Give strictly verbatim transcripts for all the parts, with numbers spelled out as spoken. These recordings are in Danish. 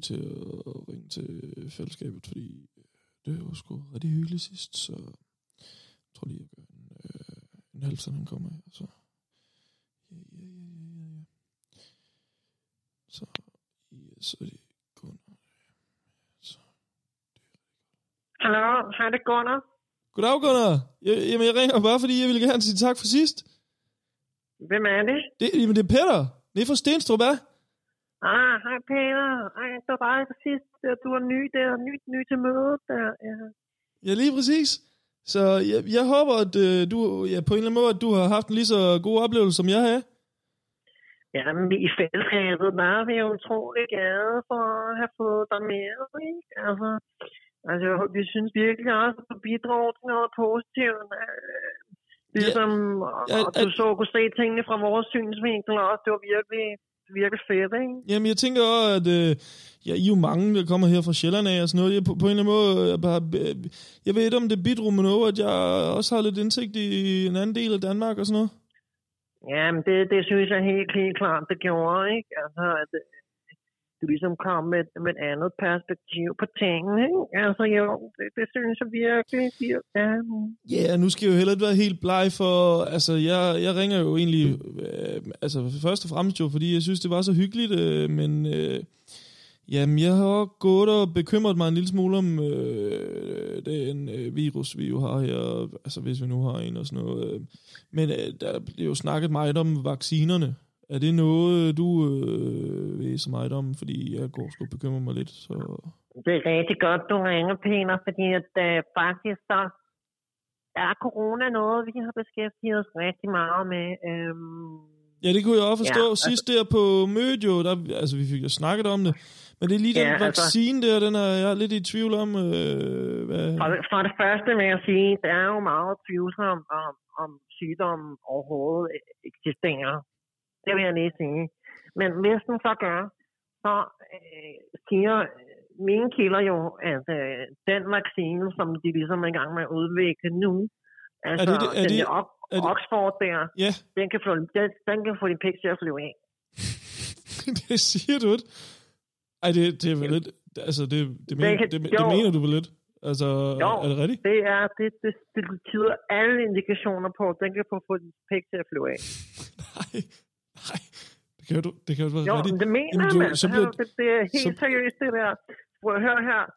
til at ringe til fællesskabet, fordi det var sgu rigtig hyggeligt sidst, så jeg tror lige, jeg gør en, øh, en halv sådan, han kommer her, så ja, ja, ja, ja, ja, ja. Så, ja, så er det Gunnar. Så, det er Hallo, hej det Gunnar. Goddag, Gunnar. Jeg, jamen, jeg ringer bare, fordi jeg ville gerne sige tak for sidst. Hvem er det? Det, jamen, det er Peter. Det er fra Stenstrup, ja? Ah, hej Peter. Ej, det var dig for sidst. Du er ny der, ny, ny til mødet der. Ja, ja lige præcis. Så jeg, jeg håber, at øh, du ja, på en eller anden måde, at du har haft en lige så god oplevelse, som jeg har. Jamen, i fællesskabet, der er vi jo utrolig glade for at have fået dig med, ikke? Altså, altså, vi synes virkelig også, at du bidrager til noget positivt. Ligesom, ja, ja, og du at, så kunne se tingene fra vores synsvinkel også. Det var virkelig, virkelig fedt, ikke? Jamen, jeg tænker også, at øh, ja, I er jo mange, der kommer her fra Sjælland af og sådan noget. Jeg, på, på en eller anden måde, jeg, bare, jeg ved ikke, om det bidrog med noget, at jeg også har lidt indsigt i en anden del af Danmark og sådan noget. Jamen, det, det synes jeg helt, helt klart, det gjorde, ikke? Altså, at du ligesom kom med, med et andet perspektiv på tingene, ikke? Altså, jo, det, det synes jeg virkelig, ja. Ja, yeah, nu skal jeg jo heller ikke være helt bleg for, altså, jeg, jeg ringer jo egentlig, øh, altså, først og fremmest jo, fordi jeg synes, det var så hyggeligt, øh, men, øh, jamen, jeg har også gået og bekymret mig en lille smule om øh, den øh, virus, vi jo har her, altså, hvis vi nu har en og sådan noget, øh, men øh, der bliver jo snakket meget om vaccinerne. Er det noget, du øh, ved så meget om? Fordi jeg går sgu bekymre mig lidt. Så. Det er rigtig godt, du ringer, Peter, fordi at, øh, faktisk så er corona noget, vi har beskæftiget os rigtig meget med. Øhm, ja, det kunne jeg også forstå. ja, Sidst altså, der på mødet jo, der, altså vi fik jo snakket om det, men det er lige den ja, vaccine altså, der, den er jeg er lidt i tvivl om. Øh, hvad... for, det, for det første vil jeg sige, det er jo meget tvivlsomt, om, om sygdommen overhovedet eksisterer. Det vil jeg lige sige. Men hvis den så gør, så øh, siger mine kilder jo, at øh, den vaccine, som de ligesom er i gang med at udvikle nu, altså er det, er den det, der er det, Oxford der, ja. den, kan få, den, den kan få din pik til at flyve af. Det siger du ikke. Ej, det, det er vel lidt, altså det, det, men, det, det, det mener du vel lidt? Altså, jo, er det rigtigt? det er, det, det, det tyder alle indikationer på, at den kan få din pik til at flyve af. Nej. Nej, det kan jo, det kan jo være jo, rigtigt. Jo, det mener Jamen, man. Så bliver, det, det er helt så... seriøst, det der. Prøv at høre her.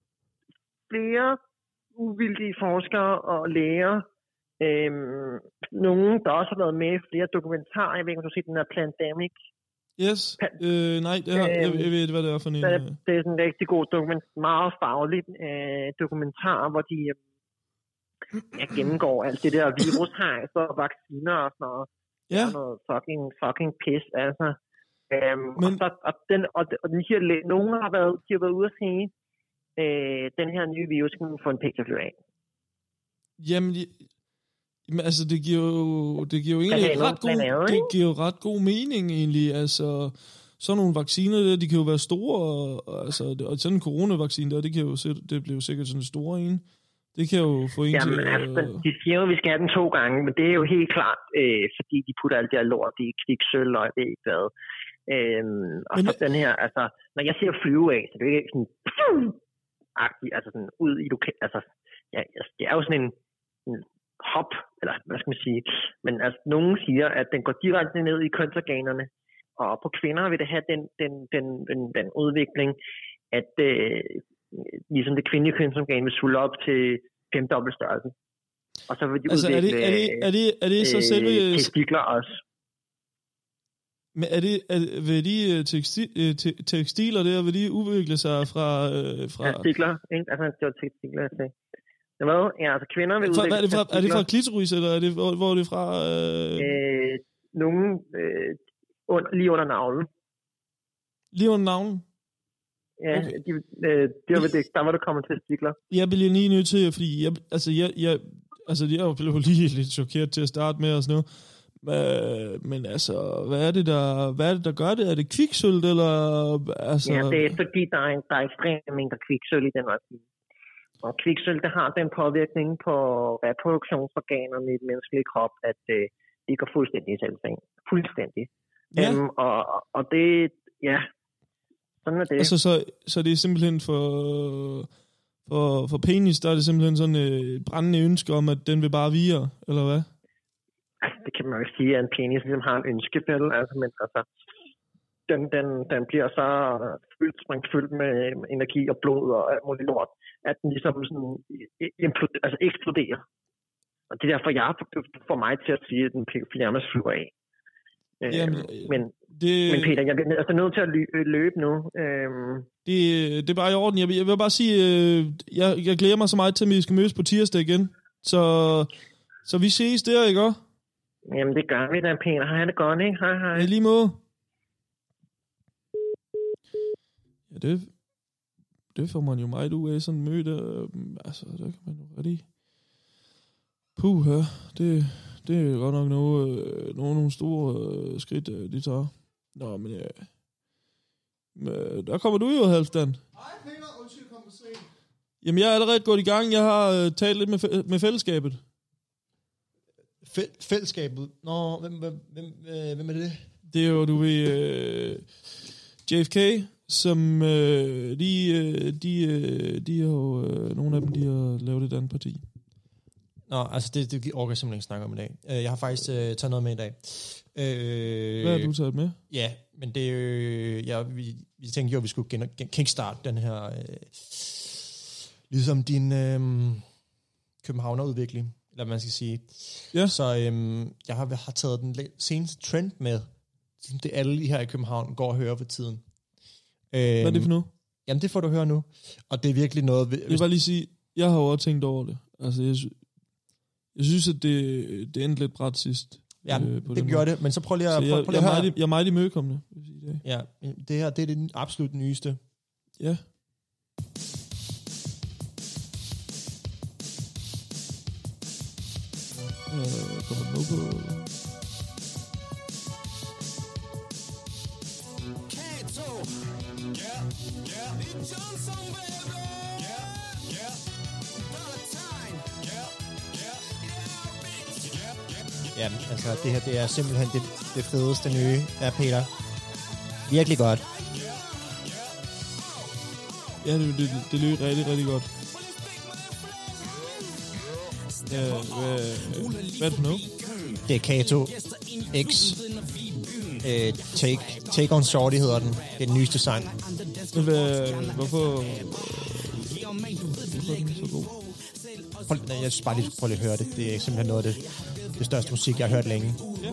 Flere uvildige forskere og læger, øhm, nogen, der også har været med i flere dokumentarer, jeg ved ikke, om du siger den der Plandemic. Yes, pa- øh, nej, det har, øhm, jeg, jeg ved ikke, hvad det er for en. Det er, det er sådan en rigtig god dokument, meget faglig øh, dokumentar, hvor de øh, ja, gennemgår alt det der virushejs og vacciner og sådan noget. Ja. Noget fucking, fucking pis, altså. Øhm, Men... og, så, og, den, og, og den her, nogen har været, de har været ude at sige, øh, den her nye virus kan få en pik til at flyve af. Jamen, jamen, altså, det giver jo, det giver jo egentlig det ret god, andet, det giver jo ret god mening, egentlig, altså, sådan nogle vacciner der, de kan jo være store, og, og, altså, og sådan en coronavaccine der, det kan jo, det bliver jo sikkert sådan en stor en. Det kan jo få en Jamen, til... Altså, de siger jo, at vi skal have den to gange, men det er jo helt klart, øh, fordi de putter alt det her lort i kviksølv og det ikke hvad. Øhm, og men... så den her, altså, når jeg siger flyve af, så det er ikke sådan... Agtig, altså sådan ud i lokal... Altså, ja, det er jo sådan en, en hop, eller hvad skal man sige. Men altså, nogen siger, at den går direkte ned i kønsorganerne, og på kvinder vil det have den, den, den, den, den udvikling, at... Øh, ligesom det kvindelige kønsorgan vil sulle op til femdobbelt størrelse. Og så vil de altså, udvikle er det, er det, er det, er det så øh, selve... testikler også. Men er det, er, vil de tekstil, te, tekstiler der, vil de udvikle sig fra... Øh, fra... Testikler, ikke? Altså, det var testikler, jeg sagde. Hvad? Ja, altså kvinder vil udvikle er det fra, er det fra klitoris, eller er det, hvor, hvor er det fra... Øh... Øh, nogen øh, under, lige under navlen. Lige under navlen? Ja, okay. de, øh, det var det, der var der kommet testikler. Jeg bliver lige nødt til, fordi jeg, altså, jeg, jeg, altså, jeg blev lige lidt chokeret til at starte med og sådan noget. Øh, men altså, hvad er det, der, hvad er det, der gør det? Er det kviksølv, eller... Altså... Ja, det er fordi, der er, der er ekstremt mængder kviksølv i den vaccine. Og kviksølv, det har den påvirkning på reproduktionsorganerne i den menneskelige krop, at øh, det går fuldstændig i selvsving. Fuldstændig. Ja. Um, og, og det, ja... Sådan er det. Altså, så, så det er simpelthen for, for, for penis, der er det simpelthen sådan et brændende ønske om, at den vil bare vire, eller hvad? Altså, det kan man jo ikke sige, at en penis ligesom har en ønskefælde, altså, men altså, den, den, den bliver så fyldt, fyldt med energi og blod og alt muligt lort, at den ligesom sådan, altså eksploderer. Og det er derfor, jeg får mig til at sige, at den nærmest flyver af. Jamen, men, det, men Peter, jeg bliver altså nødt til at løbe nu. Øhm. Det, det er bare i orden. Jeg vil, jeg vil bare sige, øh, jeg, jeg glæder mig så meget til, at vi skal mødes på tirsdag igen. Så, så vi ses der, ikke også? Jamen, det gør vi da, Peter. Hej, det godt, ikke? Hej, hej. Ja, lige måde. Ja, det, det får man jo meget ud af, sådan en møde. Altså, der kan man jo rigtig... Puh, ja. Det, det er godt nok nogle, nogle, nogle store øh, skridt, de tager. Nå, men ja... Men, der kommer du jo, Halvdan. Hej, Peter. Undskyld, kom på sent. Jamen, jeg er allerede gået i gang. Jeg har øh, talt lidt med, med fællesskabet. Fæ- fællesskabet? Nå, hvem, hvem, hvem, øh, hvem er det? Det er jo, du ved, øh, J F K, som øh, de, øh, de, øh, de har jo, øh, nogle af dem, de har lavet et andet parti. Nå, altså det, det orker jeg simpelthen ikke snakke om i dag. Jeg har faktisk øh, taget noget med i dag. Øh, Hvad har du taget med? Ja, men det er øh, ja, vi, vi tænkte jo, at vi skulle gen- gen- kickstart den her, øh, ligesom din øh, københavnerudvikling, eller hvad man skal sige. Ja. Så øh, jeg har, har taget den seneste trend med, som det alle her i København går og hører for tiden. Øh, Hvad er det for noget? Jamen, det får du høre nu. Og det er virkelig noget... Hvis... Jeg vil bare lige sige, jeg har jo også tænkt over det. Altså, jeg, jeg synes, at det, det endte lidt bræt sidst. Ja, øh, det gjorde det, men så prøv lige at, jeg, prøv, prøv lige jeg, at høre. jeg, jeg er meget imødekommende. I dag. Ja, det her, det er det absolut nyeste. Ja. Øh, kommer den nu på... Ja, altså det her, det er simpelthen det, det fedeste nye af Peter. Virkelig godt. Ja, det, det, det løb rigtig, rigtig godt. Ja, hvad, hvad er det nu? Det er Kato X. Øh, take, take on Shorty hedder den. Det er den nyeste sang. Men hvad, hvorfor, hvorfor er den så god? Prøv, nej, jeg synes bare lige, prøv lige at høre det. Det er simpelthen noget af det, det største musik, jeg har hørt længe. Ja.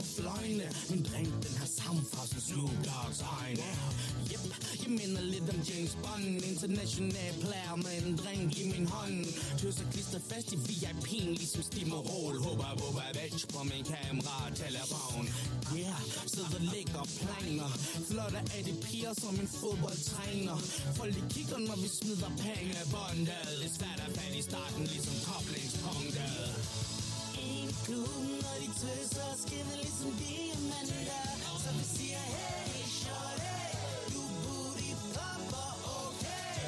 Sidder ligger planer Flotte af de piger som en fodboldtræner Folk de kigger når vi smider penge Bondet Det er svært at falde i starten Ligesom koblingspunktet En klub når de tøser Skinner ligesom diamanter Så vi siger hey shorty Du booty popper okay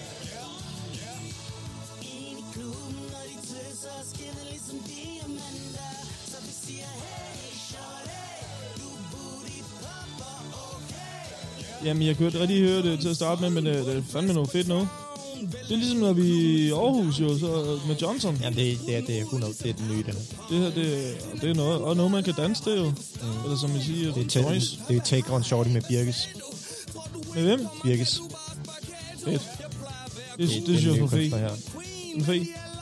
En klub når de tøser Skinner ligesom diamanter Så vi siger hey shorty Jamen, jeg kunne rigtig høre det til at starte med, men det, det er fandme noget fedt nu. Det er ligesom, når vi er i Aarhus jo, så med Johnson. Jamen, det, det, er, det, er, hundrede, det er den nye, det her. Det her, det, det er noget, og noget, man kan danse til jo. Mm. Eller som vi siger, det er, t- det er Take on Shorty med Birkes. Med hvem? Birkes. Fedt. Det, det, det synes jeg er for fedt. En fedt.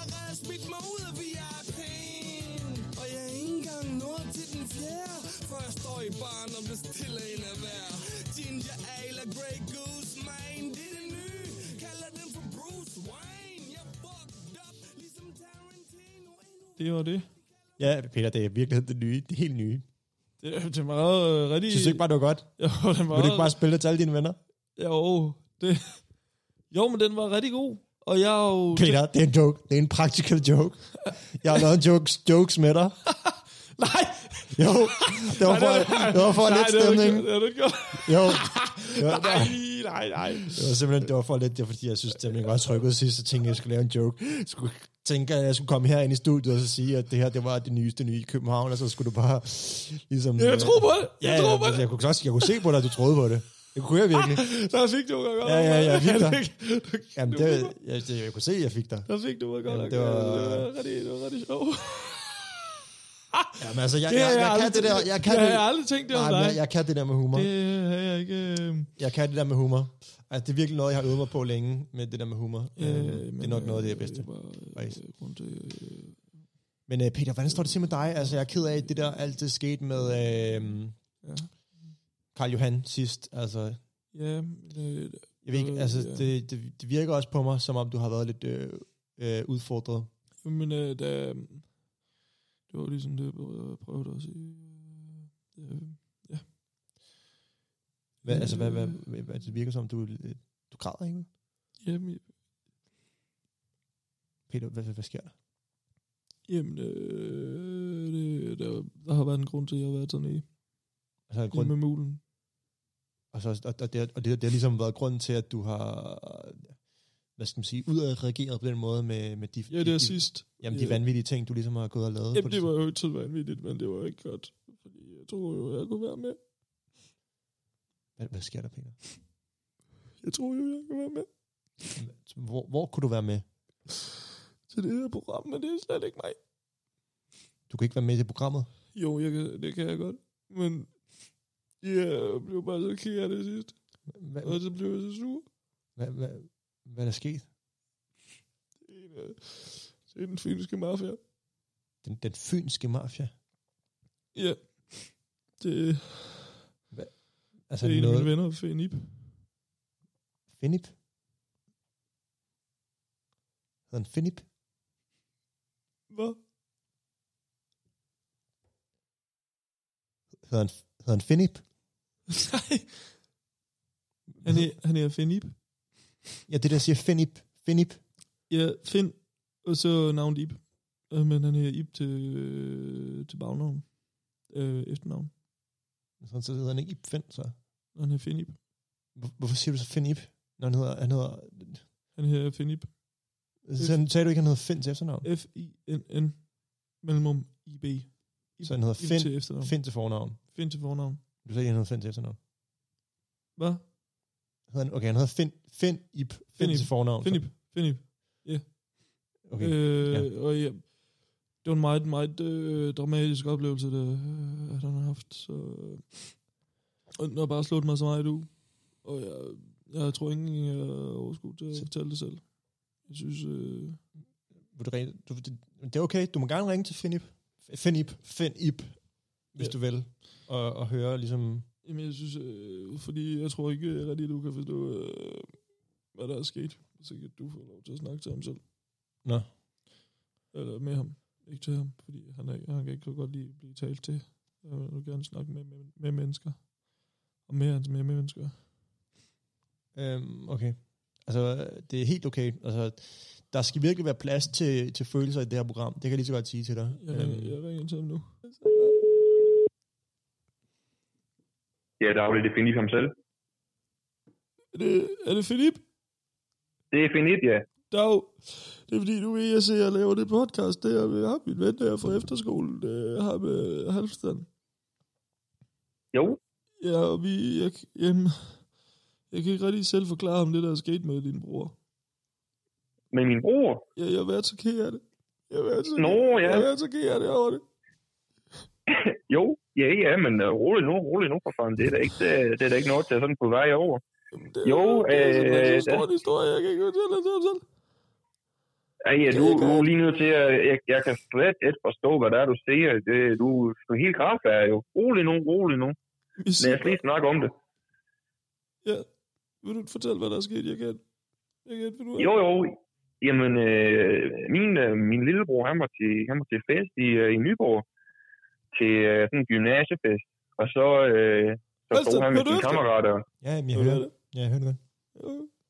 Det var det. Ja, Peter, det er virkelig det nye. Det er helt nye. Det, det er meget uh, rigtig... Synes du ikke bare, det var godt? Jo, det var meget... Vil du ikke bare spille det til alle dine venner? Jo, det... Jo, men den var rigtig god. Og jeg er jo... Peter, det er en joke. Det er en practical joke. Jeg har lavet jokes, jokes med dig. Nej! Jo, det var for, nej, det var for nej, lidt stemning. Det har du ikke gjort. Jo. Jo, nej, nej, nej. Det var simpelthen, det var for lidt, det var fordi, jeg synes, stemningen var trykket sidst, så tænkte jeg, jeg skulle lave en joke. Jeg skulle tænke, at jeg skulle komme her ind i studiet og så sige, at det her, det var det nyeste nye i København, og så skulle du bare ligesom... Jeg tror på det. Ja, jeg tror på jeg, det. Jeg kunne også, jeg kunne se på dig, at du troede på det. Det kunne jeg virkelig. Der fik du mig godt. Ja, ja, jeg fik dig. dig. Jamen, det, jeg, det, jeg kunne se, at jeg fik dig. Der fik du mig godt. Jamen, det var... Det var rigtig, det var rigtig sjovt. Jamen, altså, jeg, Det jeg, har jeg, jeg jeg kan aldrig det der... tænkt- Jeg, kan det har det, jeg aldrig tænkt, det om nej, dig. men jeg, jeg kan det der med humor. Det har jeg ikke... øh, Jeg kan det der med humor. Altså, det er virkelig noget, jeg har øvet mig på længe med det der med humor. Øh, Øh, det er nok noget af det, jeg er bedst til. Det var Faktisk. øh, grund til... Øh, Men øh, Peter, hvordan står det til med dig? Altså, jeg er ked af, at det der alt det skete med øh, ja. Karl Johan sidst. Altså, Ja, øh, jeg ved ikke, øh, altså, ja. det, det, det virker også på mig, som om du har været lidt øh, øh, udfordret. Men øh, da, det var ligesom det, jeg prøvede at sige. Øh, ja. Hvad, altså, hvad, hvad, hvad, hvad, det virker som om, du, øh, du græder, ikke? Jamen, Peter, hvad, hvad, hvad sker der? jamen øh, det, der, der har været en grund til, at jeg har været sådan i. Altså, en Grund grund, med mulen. og, så, og, og, det, og det, det har ligesom været grunden til, at du har, hvad skal man sige, udadreageret på den måde med, med de, Ja, det de, er de, sidst. jamen, de Ja. vanvittige ting, du ligesom har gået og lavet. Jamen, på det var jo ikke så vanvittigt, men det var ikke godt. Fordi jeg troede jo, jeg kunne være med. Hvad, hvad sker der, Peter? Jeg troede jo, jeg kunne være med Hvor, hvor kunne du være med? til det her program, men det er slet ikke mig. Du kan ikke være med i det programmet? Jo, jeg kan, det kan jeg godt. Men jeg blev bare så ked af det sidst. Hvad, Og så blev jeg så sur. hvad, hvad, hvad er der sket? Det er, det er den finske mafia. Den, den fynske mafia? Ja. Det, Altså det er en af noget... mine venner, Fenip. Finip? Hedder han Finip? Hvad? Hedder han, hedder han Finip? Nej. Han er, han er Fenip. Ja, det der siger Finip. Finip. Ja, Finn. Og så navnet Ib. Øh, Men han er Ib til, øh, til bagnavn. Øh, efternavn. Så, så hedder han ikke Ib Finn, så. Han er Fenip. Hvor, hvorfor siger du så Finip? Når han hedder... Han hedder Han er Fenip. så han, sagde du ikke, han hedder Finn til efternavn? F I N N. Mellemrum I B. Ib, Så han hedder Ib Finn, til efternavn. Finn til fornavn. Finn til fornavn. Du sagde, han hedder Finn til efternavn. Hvad? Hedder han, okay, han hedder Finn, Finn Ib. Finn, Finn Ib. til fornavn. Fenip. Fenip. Okay. Øh, ja. Og ja, det var en meget, meget øh, dramatisk oplevelse, det, øh, at han har haft. Så, og den har bare slået mig så meget ud. Og jeg, jeg tror ikke, jeg har overskud til at fortælle det selv. Jeg synes... Øh, Vil du, ringe- du, det, det er okay, du må gerne ringe til Finip. Finip. Finip. Hvis Ja. du vil. Og, og høre ligesom... jamen, jeg synes... Øh, fordi jeg tror ikke rigtig, du kan forstå, øh, hvad der er sket. Så kan du få lov til at snakke til ham selv. Nå. Eller med ham. Ikke til ham, fordi han, er, han kan ikke så godt lide at blive talt til. Jeg vil gerne snakke med, med, med mennesker. Og med hans med mennesker. Øhm, okay. Altså, det er helt okay. Altså, der skal virkelig være plads til, til følelser i det her program. Det kan jeg lige så godt sige til dig. Jeg ringer, jeg ringer til ham nu. Ja, der er jo det Finip ham selv. Er det, er det Philip? Det er Finip, ja. Dag. Det er fordi, du ved, jeg ser, jeg laver det podcast der med ham, min ven der fra efterskolen. Det har med Halvstand. Jo, Ja, og vi... Jeg, jamen, jeg kan ikke rigtig selv forklare ham det, der er sket med din bror. med min bror. Ja, jeg har været så ked af det. Jeg har været så, Nå, ja. jeg har været så ked af det over det. Jo, ja, ja, men uh, rolig nu, rolig nu for fanden. Det er da ikke, det, det er da ikke noget, der er sådan på vej over. Jamen, det, Jo, det er simpelthen øh, så stor en historie, jeg kan ikke fortælle det til ham selv. Ej, ja, du, du er lige nødt til at... Jeg, jeg kan slet ikke forstå, hvad der er, du siger. Det, du, du er helt grafærd jo. Rolig nu, rolig nu. Lad os lige snakke om det. Ja, vil du fortælle, hvad der er sket? Jeg kan, jeg kan finde ud af. Jo, jo. Jamen, øh, min, øh, min lillebror, han var til, han var til fest i, øh, i Nyborg. Til øh, sådan en gymnasiefest. Og så, øh, så Altså, stod han med hørte du sine efter? kammerater. Ja, men jeg Hører hører du det. Ja, jeg hører det godt. Ja,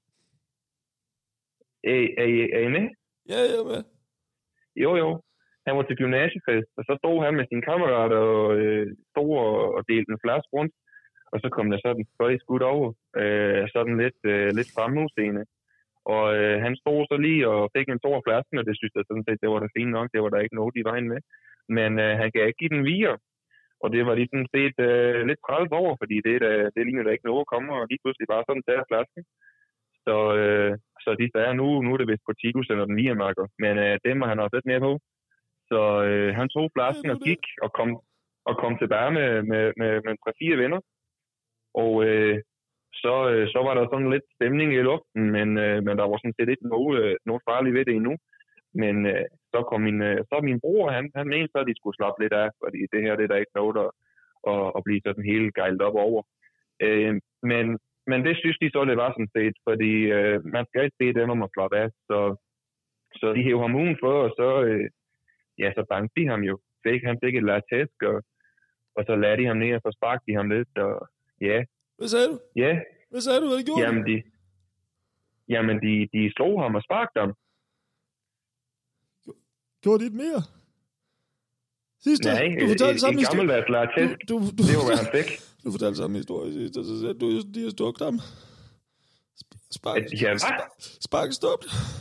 Er, er, I- er I med? ja, jeg er med. Jo, jo. Han var til gymnasiefest, og så stod han med sine kammerater og øh, stod og, og delte en flaske rundt. Og så kom der sådan fløjt skud over, øh, sådan lidt, øh, lidt fremudseende. Og øh, han stod så lige og fik en stor flaske, og det synes jeg sådan set, det var da fint nok. Det var der ikke noget i vejen med. Men øh, han kan ikke give den videre. Og det var de sådan set øh, lidt træls over, fordi det, der, det ligner der ikke noget at komme, og lige pludselig bare sådan tager flasken. Så, øh, så de sagde, nu, nu er det vist på Tigus eller den lige marker, men øh, dem har han også lidt mere på. Så øh, han tog flasken og gik og kom, og kom tilbage med, med, med, med tre-fire venner. Og øh, så, øh, så var der sådan lidt stemning i luften, men, øh, men der var sådan set ikke noget, øh, noget farligt ved det endnu. Men øh, så kom min, øh, så min bror, han, han mente så, at de skulle slappe lidt af, fordi det her det er der ikke noget at, at, at blive sådan helt gejlet op over. Øh, men, men det synes de så, det var sådan set, fordi øh, man skal ikke se det, når man slapper af. Så, så de hævde ham ugen for, og så, øh, ja, så bankede de ham jo. Fik, han fik et latæsk, og, og så lagde de ham ned, og så sparkede de ham lidt, og ja. Hvad sagde du? Ja. Hvad sagde du, hvad de gjorde? Jamen, de, jamen de, de slog ham og sparkede ham. Gjorde de ikke mere? Sidste, Nej, du fortalte en, samme en historie. gammeldags latæsk, Du, du, du, det var, hvad han fik. Du fortalte samme historie sidst, og så sagde du, de har stukket ham. Spark, Ja, hvad? spark, stop.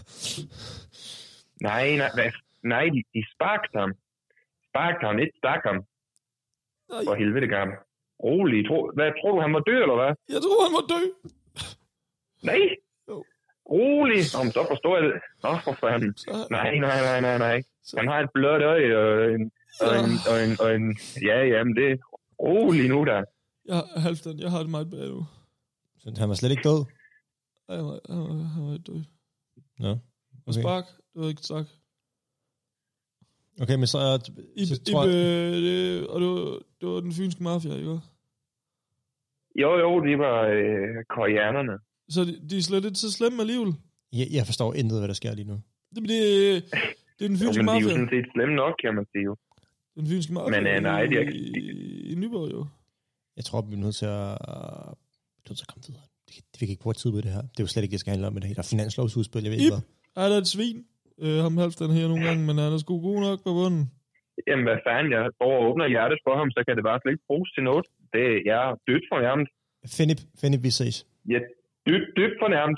Nej, nej, hvad? Nej, de, de sparkede ham. Sparkede ham, ikke stak ham. Nej. For helvede, gammel. Rolig. Tro, hvad, tror du, han var død, eller hvad? Jeg tror, han var død. Nej. Jo. Rolig. Om så forstår jeg det. Nå, for fanden. Så, Nej, nej, nej, nej, nej. Så. Han har et blødt øje, og en, og en, og en, og en ja, jamen det er rolig nu, der. Jeg, Halvdan, jeg har det meget bedre nu. Så han var slet ikke død? Han var, han var, han var ikke død. Nå. Okay. Spark, det var ikke stak. Okay, men så, I, så I, tror jeg... I, det, og det var, det var den fynske mafia, ikke? Jo, jo, de var øh, koreanerne. Så de, de er slet ikke så slemme alligevel. Jeg, jeg forstår intet, hvad der sker lige nu. Det, det, det er den fynske jo, men mafia. de er jo sådan set slemme nok, kan man sige jo. Den fynske mafia men, øh, nej, de er ikke... i, i Nyborg, jo. Jeg tror, vi er nødt til at, uh, nødt til at komme videre. Det, det, vi kan ikke bruge tid på det her. Det er jo slet ikke, det skal handle om det. Der er finanslovsudspil, jeg ved ikke hvad. Ej, der er et svin. Øh, ham Halvdan her nogle gange, men han er sgu god nok på bunden. Jamen, hvad fanden, jeg går og åbner hjertet for ham, så kan det bare slet ikke bruges til noget. Det er jeg er dødt fornærmet. Philip, Philip, vi ses. Ja, dybt, dybt fornærmet.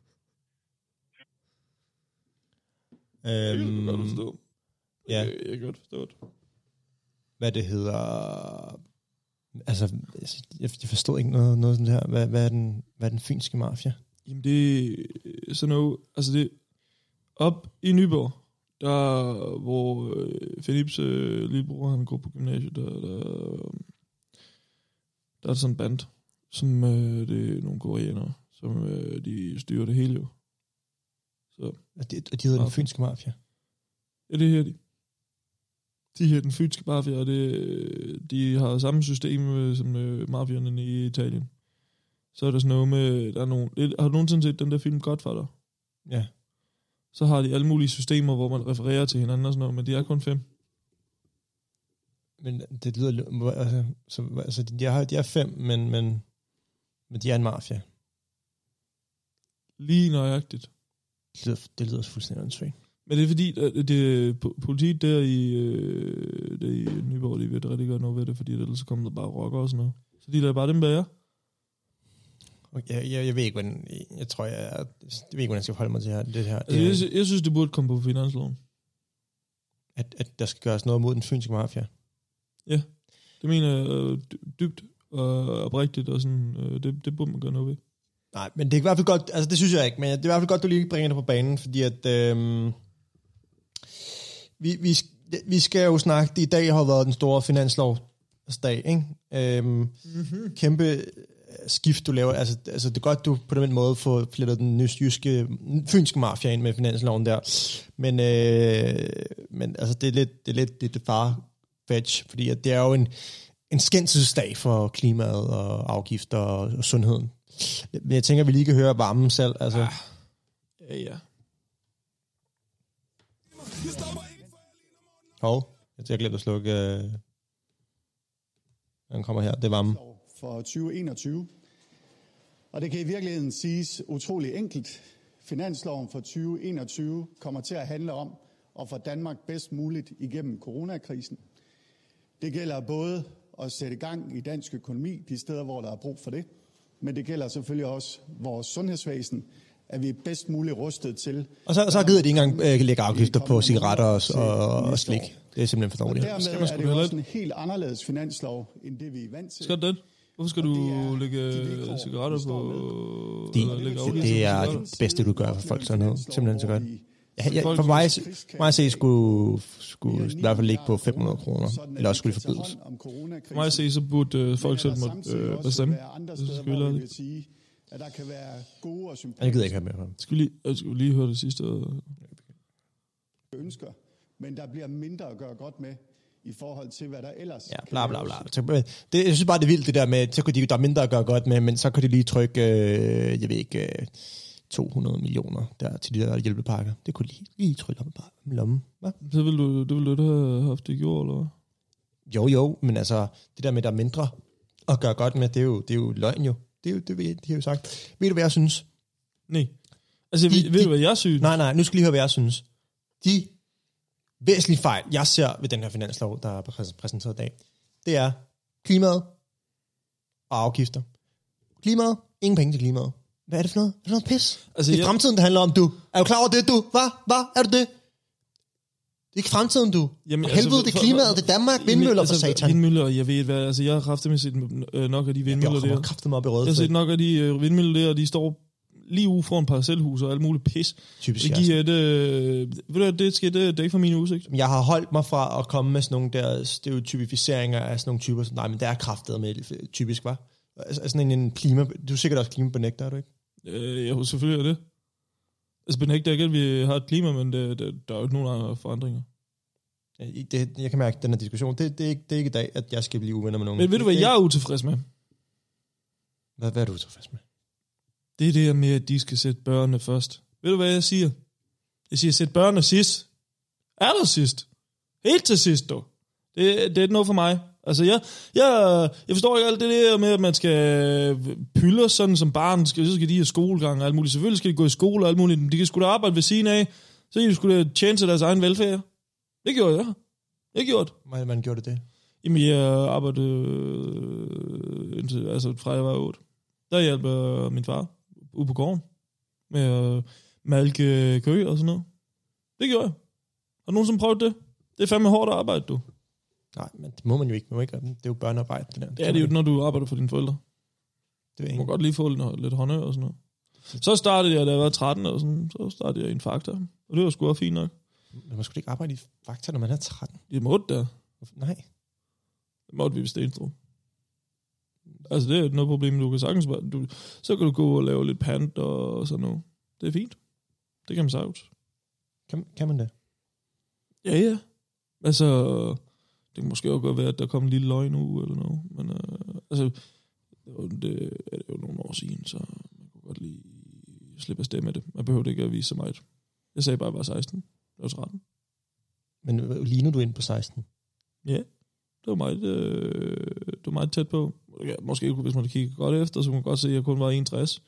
Øhm, Det kan du godt forstå. Ja. Jeg, jeg kan godt forstå det. Hvad det hedder... Altså, jeg, jeg forstår ikke noget, noget sådan her. Hvad, hvad, er den, hvad er den fynske mafia? Jamen, det er sådan noget... Altså, det op i Nyborg, der hvor øh, Philips øh, lillebror, han går på gymnasiet, der, der, der er sådan en band, som øh, det er nogle koreanere, som øh, de styrer det hele jo. Så. Og de, og de hedder den fynske mafia? Ja, det her de. De her den fynske mafia, og det, de har samme system som øh, mafierne i Italien. Så er der sådan noget med, der er nogle, har du nogensinde set den der film Godfather? Ja. Så har de alle mulige systemer, hvor man refererer til hinanden og sådan noget, men de er kun fem. Men det lyder... Altså, så, altså de, er, de er fem, men, men, men de er en mafia. Lige nøjagtigt. Det lyder, det lyder fuldstændig åndssvagt. Men det er fordi, at det, politiet der i, øh, der i Nyborg, de ved rigtig godt noget ved det, fordi ellers så kommer der bare rocker og sådan noget. Så de lader bare dem bære. Okay, jeg, jeg, jeg ved ikke, hvordan... Jeg tror, jeg, jeg, jeg ved ikke, hvordan jeg skal forholde mig til her, det her. Altså, jeg, jeg synes, det burde komme på finansloven. At, at der skal gøres noget mod den fynske mafia? Ja, det mener jeg dybt og oprigtigt, og sådan, det, det burde man gøre noget ved. Nej, men det er i hvert fald godt, altså det synes jeg ikke, men det er i hvert fald godt, du lige bringer det på banen, fordi at øhm, vi, vi, vi skal jo snakke, det i dag har været den store finanslovsdag, ikke? Øhm, mm-hmm. Kæmpe skift, du laver, altså, altså det er godt, du på den måde får flettet den jyske, fynske mafia ind med finansloven der, men, øh, men altså det er lidt, det er lidt, det er far-fetch, fordi at det er jo en, en skændselsdag for klimaet og afgifter og, og sundheden. Men jeg tænker, at vi lige kan høre varmen selv. Altså. Ah. Ja, ja. Hov, jeg glemte at slukke. Øh... Den kommer her, det er varmen. For tyve enogtyve. Og det kan i virkeligheden siges utrolig enkelt. Finansloven for tyve enogtyve kommer til at handle om at få Danmark bedst muligt igennem coronakrisen. Det gælder både at sætte gang i dansk økonomi, de steder, hvor der er brug for det, men det gælder selvfølgelig også vores sundhedsvæsen, at vi er bedst muligt rustet til. Og så, så gider de ikke engang øh, lægge afgifter på cigaretter og, og, og slik. Det er simpelthen for dårligt. Og dermed er det jo også en helt anderledes finanslov, end det vi er vant til. Skal det? Hvorfor skal du lægge cigaretter på... De, det, det er det bedste, du gør for folk sådan noget. Simpelthen så godt. Ja, ja, for mig, mig at se, skulle, skulle i hvert fald ligge på fem hundrede kroner, eller også skulle det forbydes. For mig at se, så burde uh, folk selv måtte uh, bestemme. Så skal vi lade det. At der kan være gode og sympatiske... Jeg gider ikke have mere. Skal vi lige, jeg skal lige høre det sidste. ...ønsker, men der bliver mindre at gøre godt med, i forhold til, hvad der ellers... Ja, bla bla bla. Det, jeg synes bare, det er vildt det der med, så kunne de, der er mindre at gøre godt med, men så kan de lige trykke, øh, jeg ved ikke, øh, to hundrede millioner der til de der hjælpepakker. Det kunne lige, lige trykke op i lommen. Hva? Så vil du, det ville du have haft det gjort, eller hvad? Jo, jo, men altså, det der med, der er mindre at gøre godt med, det er jo, det er jo løgn jo. Det er jo, det, det har jo sagt. Ved du, hvad jeg synes? Nej. Altså, de, ved, ved de, du, hvad jeg synes? Nej, nej, nu skal lige høre, hvad jeg synes. De væsentlige fejl, jeg ser ved den her finanslov, der er præsenteret i dag, det er klimaet og afgifter. Klimaet, ingen penge til klimaet. Hvad er det for noget? Er det noget pis? Altså, det er jeg... fremtiden, det handler om, du. Er du klar over det, du? Hvad? Hvad? Er du det? Det er ikke fremtiden, du. Jamen, altså, helvede, det er klimaet, det er Danmark, vindmøller altså, for satan. Vindmøller, jeg ved hvad, altså jeg har kraftigt med set nok af de vindmøller der. Jeg har kraftigt mig op i røde. Jeg har set nok af de uh, vindmøller der, de står lige ude foran parcelhus og alt muligt pis. Typisk, det giver et, øh, ved du, det skal det, det er ikke for min udsigt. Jeg har holdt mig fra at komme med sådan nogle der stereotypificeringer af sådan nogle typer, som, nej, men det er kraftet med typisk, hva'? Altså sådan en, en klima, du er sikkert også klimabenægter, er du ikke? Øh, jeg selvfølgelig er det. Altså benægter ikke, at vi har et klima, men det, det, der er jo ikke nogen andre forandringer. Det, jeg kan mærke, at den her diskussion, det, det, er ikke, det er ikke i dag, at jeg skal blive uvenner med nogen. Men ved du, hvad jeg er utilfreds med? Hvad, hvad er du utilfreds med? Det er det med, at de skal sætte børnene først. Ved du, hvad jeg siger? Jeg siger, sæt børnene sidst. Aller sidst. Helt til sidst, dog. Det, det er noget for mig. Altså, jeg, jeg, jeg forstår ikke alt det der med, at man skal pylde sådan som barn. Skal, så skal de have skolegang og alt muligt. Selvfølgelig skal de gå i skole og alt muligt. De kan sgu da arbejde ved siden af. Så kan de sgu da tjene til deres egen velfærd. Det gjorde jeg. Det gjorde Hvordan man gjorde det det? Jamen, jeg arbejdede øh, indtil, altså fra jeg var otte. Der hjalp øh, min far ude på gården med at øh, malke kø og sådan noget. Det gjorde jeg. Har du nogensinde prøvet det? Det er fandme hårdt arbejde, du. Nej, men det må man jo ikke. Man må ikke det er jo børnearbejde. Det, der. det er det jo, når du arbejder for dine forældre. Det er du må godt lige få lidt, lidt håndø og sådan noget. Så startede jeg, da jeg var tretten, og sådan, så startede jeg i en Fakta. Og det var sgu også fint nok. Men man skulle ikke arbejde i Fakta, når man er tretten. Det måtte der. Nej. Det måtte vi ved Stenstrup. Altså, det er noget problem, du kan sagtens bare... Du, så kan du gå og lave lidt pant og sådan noget. Det er fint. Det kan man sagtens. Kan, kan man det? Ja, ja. Altså, det kan måske også godt være, at der kommer en lille løgn ud eller noget. Men øh, altså, det er det jo nogle år siden, så man kunne godt lige slippe afsted med det. Man behøvede ikke at vise så meget. Jeg sagde bare, at jeg var seksten. Jeg var tretten. Men ligner du ind på seksten? Ja, det var meget, øh, det var meget tæt på. Ja, måske hvis man kigger godt efter, så kunne man godt se, at jeg kun var enogtres.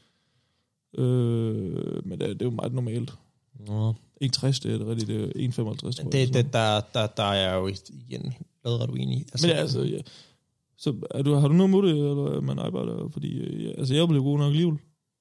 Øh, men det, det er jo meget normalt. Nå. enogtres, det er det rigtigt, det er en komma femoghalvtreds. Det, det, det der, der, der er jo igen ret uenig. Altså, men altså, ja. Så er du, har du noget mod det, eller man arbejder? Fordi, ja, altså, jeg bliver god nok alligevel.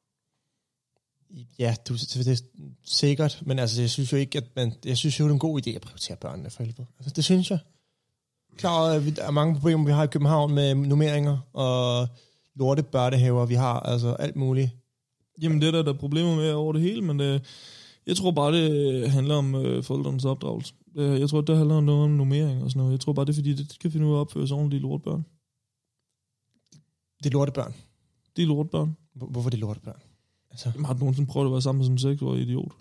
Ja, du, det er sikkert, men altså, jeg synes jo ikke, at man, jeg synes jo, det er en god idé at prioritere børnene for helvede. Altså, det synes jeg. Klar, at der er mange problemer, vi har i København med nummeringer og lorte børnehaver, vi har altså alt muligt. Jamen, det er der, der er problemer med over det hele, men det, jeg tror bare, det handler om øh, forældrenes opdragelse. Jeg tror, det handler om noget om nummering og sådan noget. Jeg tror bare, det er fordi, det kan finde ud af at opføre sig ordentligt, de lortebørn. Det er lortebørn? Det er lortebørn. Hvorfor er det lortebørn? Altså. Jamen, har du nogensinde prøvet at være sammen med sådan en seksårig idiot?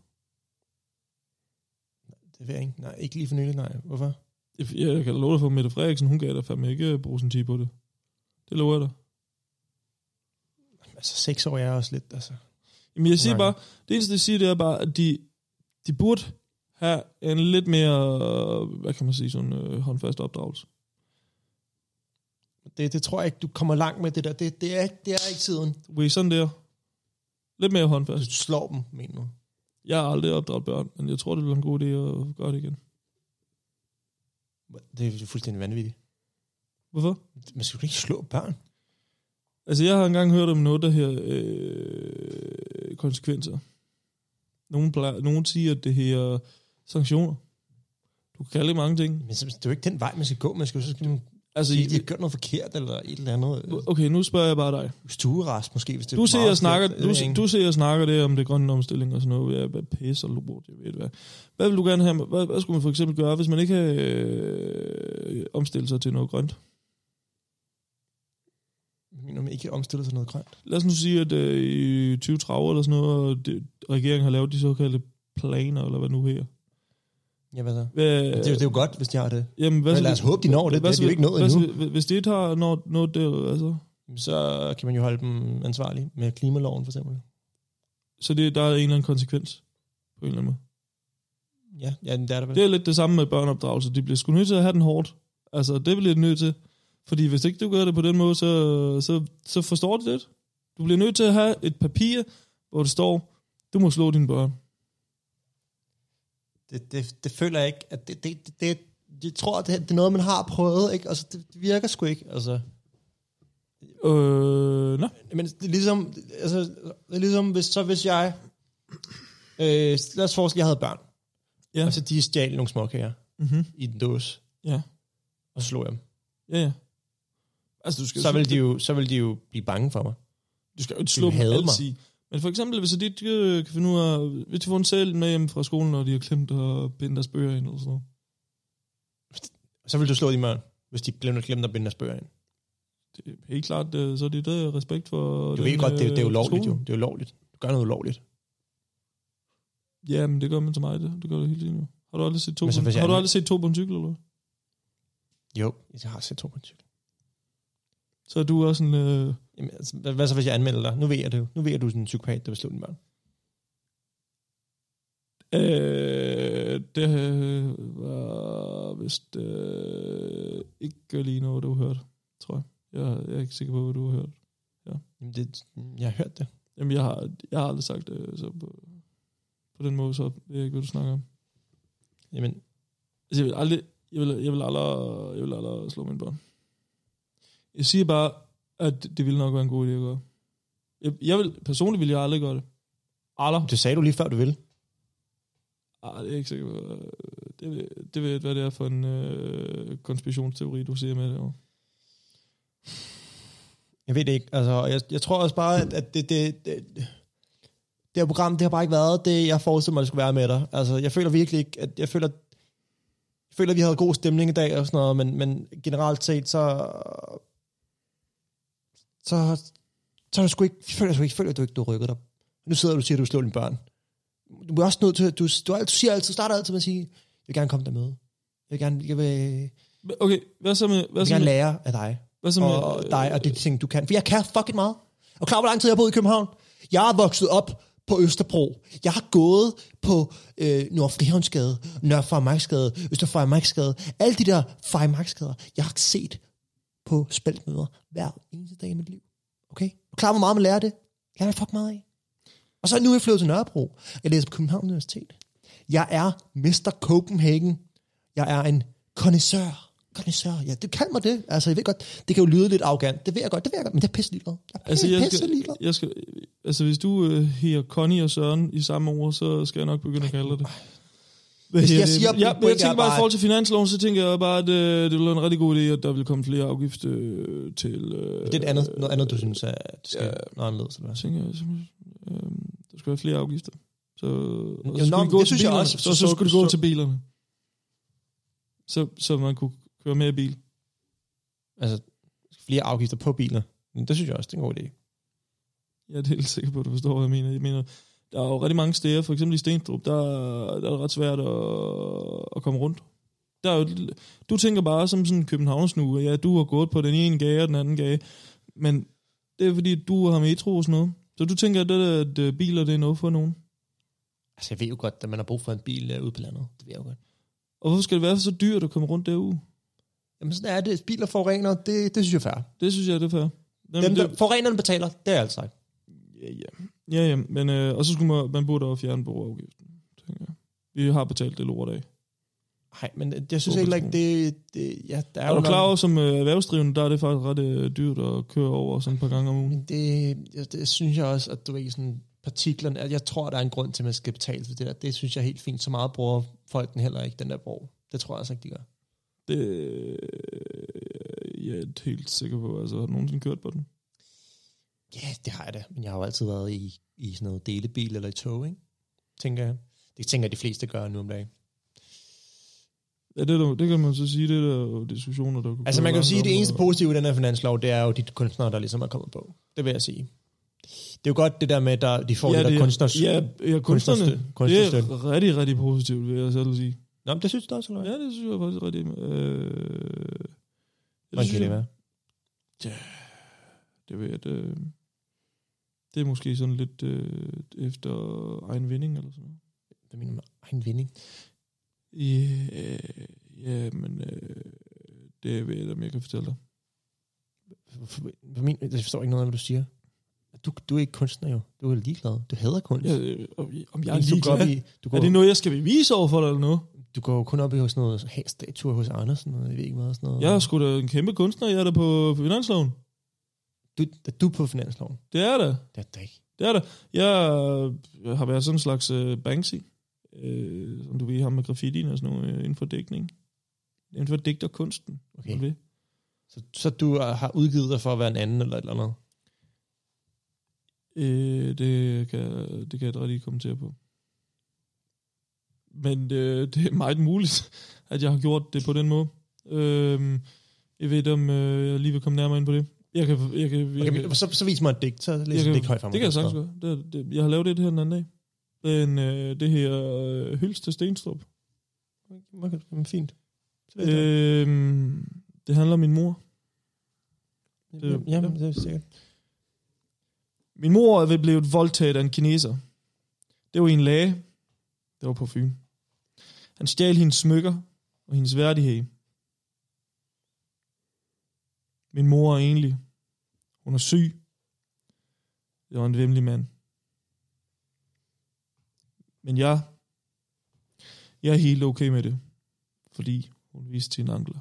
Det ved jeg ikke. Nej, ikke lige for nylig, nej. Hvorfor? Jeg, jeg kan da love dig for, Mette Frederiksen, hun gav dig fandme ikke bruge sin tid på det. Det lover jeg dig. Altså, seks år er også lidt, altså. Jamen, jeg siger bare, det eneste, jeg siger, det er bare, at de, de burde have en lidt mere, hvad kan man sige, sådan øh, håndfast opdragelse. Det, det tror jeg ikke, du kommer langt med det der. Det, det, er, det er ikke tiden. Vi er sådan der. Lidt mere håndfast. Du slår dem, mener du? Jeg har aldrig opdraget børn, men jeg tror, det bliver en god idé at gøre det igen. Det er fuldstændig vanvittigt. Hvorfor? Man skal jo ikke slå børn. Altså, jeg har engang hørt om noget, der her øh, konsekvenser. Nogen, plejer, nogen siger, at det her sanktioner. Du Du kan kalde mange ting. Men så, det er jo ikke den vej, man skal gå. Man skal jo så skal man altså, sige, at de har gjort noget forkert, eller et eller andet. Okay, nu spørger jeg bare dig. Stuerast måske, hvis det du er ser og snakker, forkert, du, du ser og snakker det om det grønne omstilling og sådan noget. Ja, hvad pisse og lort, jeg ved hvad. Hvad vil du gerne have? Hvad, hvad skulle man for eksempel gøre, hvis man ikke har øh, omstillet sig til noget grønt? Når man ikke omstiller sig noget grønt. Lad os nu sige, at øh, i tyve tredive eller sådan noget, det, regeringen har lavet de såkaldte planer, eller hvad nu her. Ja, hvad så? Hvad, det, er jo, det er jo godt, hvis de har det. Jamen, hvad men så, lad os håbe, de når det. Hvad, det er jo ikke nået hvad, endnu. Hvad, hvis de ikke har nået, nået det, altså? Så kan man jo holde dem ansvarlige med klimaloven, for eksempel. Så det, der er en eller anden konsekvens, på en eller anden måde? Ja, ja det er der vel. Det er lidt det samme med børneopdragelse. De bliver sgu nødt til at have den hårdt. Altså, det bliver de nødt til. Fordi hvis ikke du gør det på den måde, så, så, så forstår du det. Du bliver nødt til at have et papir, hvor det står, du må slå dine børn. Det, det, det føler jeg ikke, at det, det, det, det jeg tror, det, det er noget, man har prøvet, ikke? Altså, det, det virker sgu ikke, altså. Øh, nej. Men det er ligesom, altså, det er ligesom, hvis, så hvis jeg, øh, lad os forestille, jeg havde børn, ja. og så de stjal nogle småkager mm-hmm. i en dåse, ja. og så slog jeg dem. Ja, ja. Altså, du skal så, vil de jo, så vil de jo blive bange for mig. Du skal jo ikke slå dem altid. Men for eksempel, hvis de kan finde ud af, hvis de får en selv med hjem fra skolen, og de har klemt og bindt deres bøger ind, eller sådan noget. Så vil du slå de børn, hvis de glemte, glemte at binde deres bøger ind. Det er helt klart, så er det der respekt for... Du ved godt, det, det er ulovligt jo. Det er ulovligt. Du gør noget ulovligt. Ja, men det gør man til mig, det. Det gør det hele tiden jo. Har du aldrig set to, så, på, har du aldrig set to på en cykel, eller hvad? Jo, jeg har set to på en cykel. Så er du også sådan... Øh... Jamen, altså, hvad, hvad så, hvis jeg anmelder dig? Nu ved jeg det jo. Nu ved jeg, at du er sådan en psykopat, der vil slå dine børn. Øh, det var vist øh, ikke lige noget, du har hørt, tror jeg. jeg. Jeg er ikke sikker på, hvad du har hørt. Ja. Jamen, det, jeg har hørt det. Jamen, jeg har, jeg har aldrig sagt det så på, på den måde, så ved jeg ikke, hvad du snakker om. Jamen, altså, jeg vil aldrig, jeg vil, jeg vil aldrig, jeg vil aldrig slå mine børn. Jeg siger bare, at det ville nok være en god idé at gøre. Jeg, jeg vil, personligt vil jeg aldrig gøre det. Aldrig. Det sagde du lige før, du ville. Ah, det er ikke sikkert. Det, det ved jeg, hvad det er for en øh, konspirationsteori, du siger med det over. Jeg ved det ikke. Altså, jeg, jeg tror også bare, at, at det, det, det, det her program, det har bare ikke været det, jeg forestiller mig, det skulle være med dig. Altså, jeg føler virkelig ikke, at jeg føler, jeg føler, at vi havde god stemning i dag og sådan noget, men, men generelt set, så så, så er det sgu ikke, jeg føler, jeg ikke, føler, at du ikke du rykker dig. Nu sidder du og siger, at du slår dine børn. Du er også nødt til, du, du, du siger altid, starter altid med at sige, jeg vil gerne komme der med. Jeg vil gerne, jeg vil, okay, hvad så med, hvad jeg vil så gerne med, lære af dig. Hvad så med, og, og dig, og det ting, du kan. For jeg kan fucking meget. Og klar, hvor lang tid jeg har boet i København? Jeg er vokset op på Østerbro. Jeg har gået på øh, Nord Frihavnsgade, Nørre Farimagsgade, Øster Farimagsgade. Alle de der Farimagsgader, jeg har set på spæltmøder hver eneste dag i mit liv. Okay? Og klar, hvor meget man lærer det? Jeg har fucking meget af. Og så nu er jeg flyttet til Nørrebro. Jeg læser på København Universitet. Jeg er mister Copenhagen. Jeg er en connoisseur. Connoisseur, ja, det kan mig det. Altså, jeg ved godt, det kan jo lyde lidt arrogant. Det ved jeg godt, det ved jeg godt, men det er pisse ligeglad. Jeg er altså, jeg pisse skal, ligeglad. Jeg skal, altså, hvis du øh, her Connie og Søren i samme ord, så skal jeg nok begynde at kalde det. Hvis jeg siger, ja, jeg tænker bare, i forhold til finansloven, så tænker jeg bare, at øh, det vil være en rigtig god idé, at der vil komme flere afgifter øh, til... Øh, det er et andet, noget andet, du synes, at det skal ja, noget anderledes. Eller? Jeg tænker, øh, der skal være flere afgifter. Så, og jo, så nå, det gå det til synes jeg også. Så, så, så skulle det gå så, til bilerne. Så, så man kunne køre mere bil. Altså, flere afgifter på biler. Men det synes jeg også, det er en god idé. Jeg er helt sikker på, at du forstår, hvad jeg mener. Jeg mener, der er jo rigtig mange steder, for eksempel i Stenstrup, der, der er det ret svært at, at komme rundt. Der er jo, du tænker bare som sådan en københavnsnu, ja, du har gået på den ene gade og den anden gade, men det er fordi, du har metro og sådan noget. Så du tænker, at, det, at biler, det er noget for nogen? Altså, jeg ved jo godt, at man har brug for en bil uh, ude på landet. Det ved jeg jo godt. Og hvorfor skal det være så dyrt at komme rundt derude? Jamen, sådan er det. Biler forurener, det, det synes jeg er fair. Det synes jeg, det er fair. Jamen, Dem, der det... forurenerne betaler, det er alt sagt. Ja, ja. Ja, ja. Men, øh, og så skulle man, man burde også fjerne broafgiften, tænker jeg. Vi har betalt det lort af. Nej, men jeg synes heller ikke, det... det ja, der er, er du klar over, som øh, erhvervsdrivende, der er det faktisk ret øh, dyrt at køre over sådan et par gange om ugen? Det, det, det synes jeg også, at du ved sådan partiklerne... Jeg tror, der er en grund til, at man skal betale for det der. Det synes jeg helt fint. Så meget bruger folk den heller ikke, den der bro. Det tror jeg altså ikke, de gør. Det jeg er helt sikker på. Altså, har du nogensinde kørt på den? Ja, det har jeg da. Men jeg har jo altid været i, i sådan noget delebil eller i tog, ikke? Tænker jeg. Det tænker jeg, de fleste gør nu om dagen. Ja, det, der, det kan man så sige, det er der diskussioner, der kunne... Altså man kan jo sige, at det eneste positive i den her finanslov, det er jo de kunstnere, der ligesom er kommet på. Det vil jeg sige. Det er jo godt det der med, at de får ja, det der det, kunstners... Ja, ja kunstnerne, kunstnerstøtte. det er rigtig, rigtig positivt, vil jeg selv sige. Nå, men det synes du også, eller hvad? Ja, det synes jeg faktisk rigtig... Øh, Hvordan kan det være? Ja, det ved jeg, det, det er måske sådan lidt øh, efter egen vinding, eller sådan noget. Hvad mener du med egen vinding? Ja, ja men øh, det ved jeg, om jeg kan fortælle dig. Jeg forstår ikke noget af, hvad du siger. Du, du er ikke kunstner jo. Du er ligeglad. Du hader kunst. Ja, om jeg er ligeglad? I, du går, er det noget, jeg skal bevise over for dig, eller noget? Du går jo kun op i hos noget her statuer hos Andersen, og jeg ved ikke hvad, sådan noget. Jeg er sgu da en kæmpe kunstner, jeg er der på finansloven. Du, er du på finansloven? Det er der. Det er det ikke. Det er der. Jeg, jeg har været sådan en slags uh, Banksy. Uh, som du ved, ham med graffitien og sådan noget, uh, inden for dækning. Inden for digterkunsten. Okay. Så, så du har udgivet dig for at være en anden eller et eller andet? Uh, det, kan, det kan jeg rigtig kommentere på. Men det, det er meget muligt, at jeg har gjort det på den måde. Uh, jeg ved om uh, jeg lige vil komme nærmere ind på det. Jeg kan, jeg kan, jeg okay, kan, så, så vis mig et digt, så læser jeg digt højt fra mig. Det kan jeg sagtens gøre. Det, det, jeg har lavet det her den anden dag. Den, øh, det her øh, Hylst til Stenstrup. Okay, okay, fint. Øh, det handler om min mor. Det, Jamen, det er sikkert. Min mor er blevet voldtaget af en kineser. Det var i en lage. Det var på Fyn. Han stjal hendes smykker og hendes værdighed. Min mor er enlig. Hun er syg. Det var en væmmelig mand. Men jeg, jeg er helt okay med det, fordi hun viste sine ankler.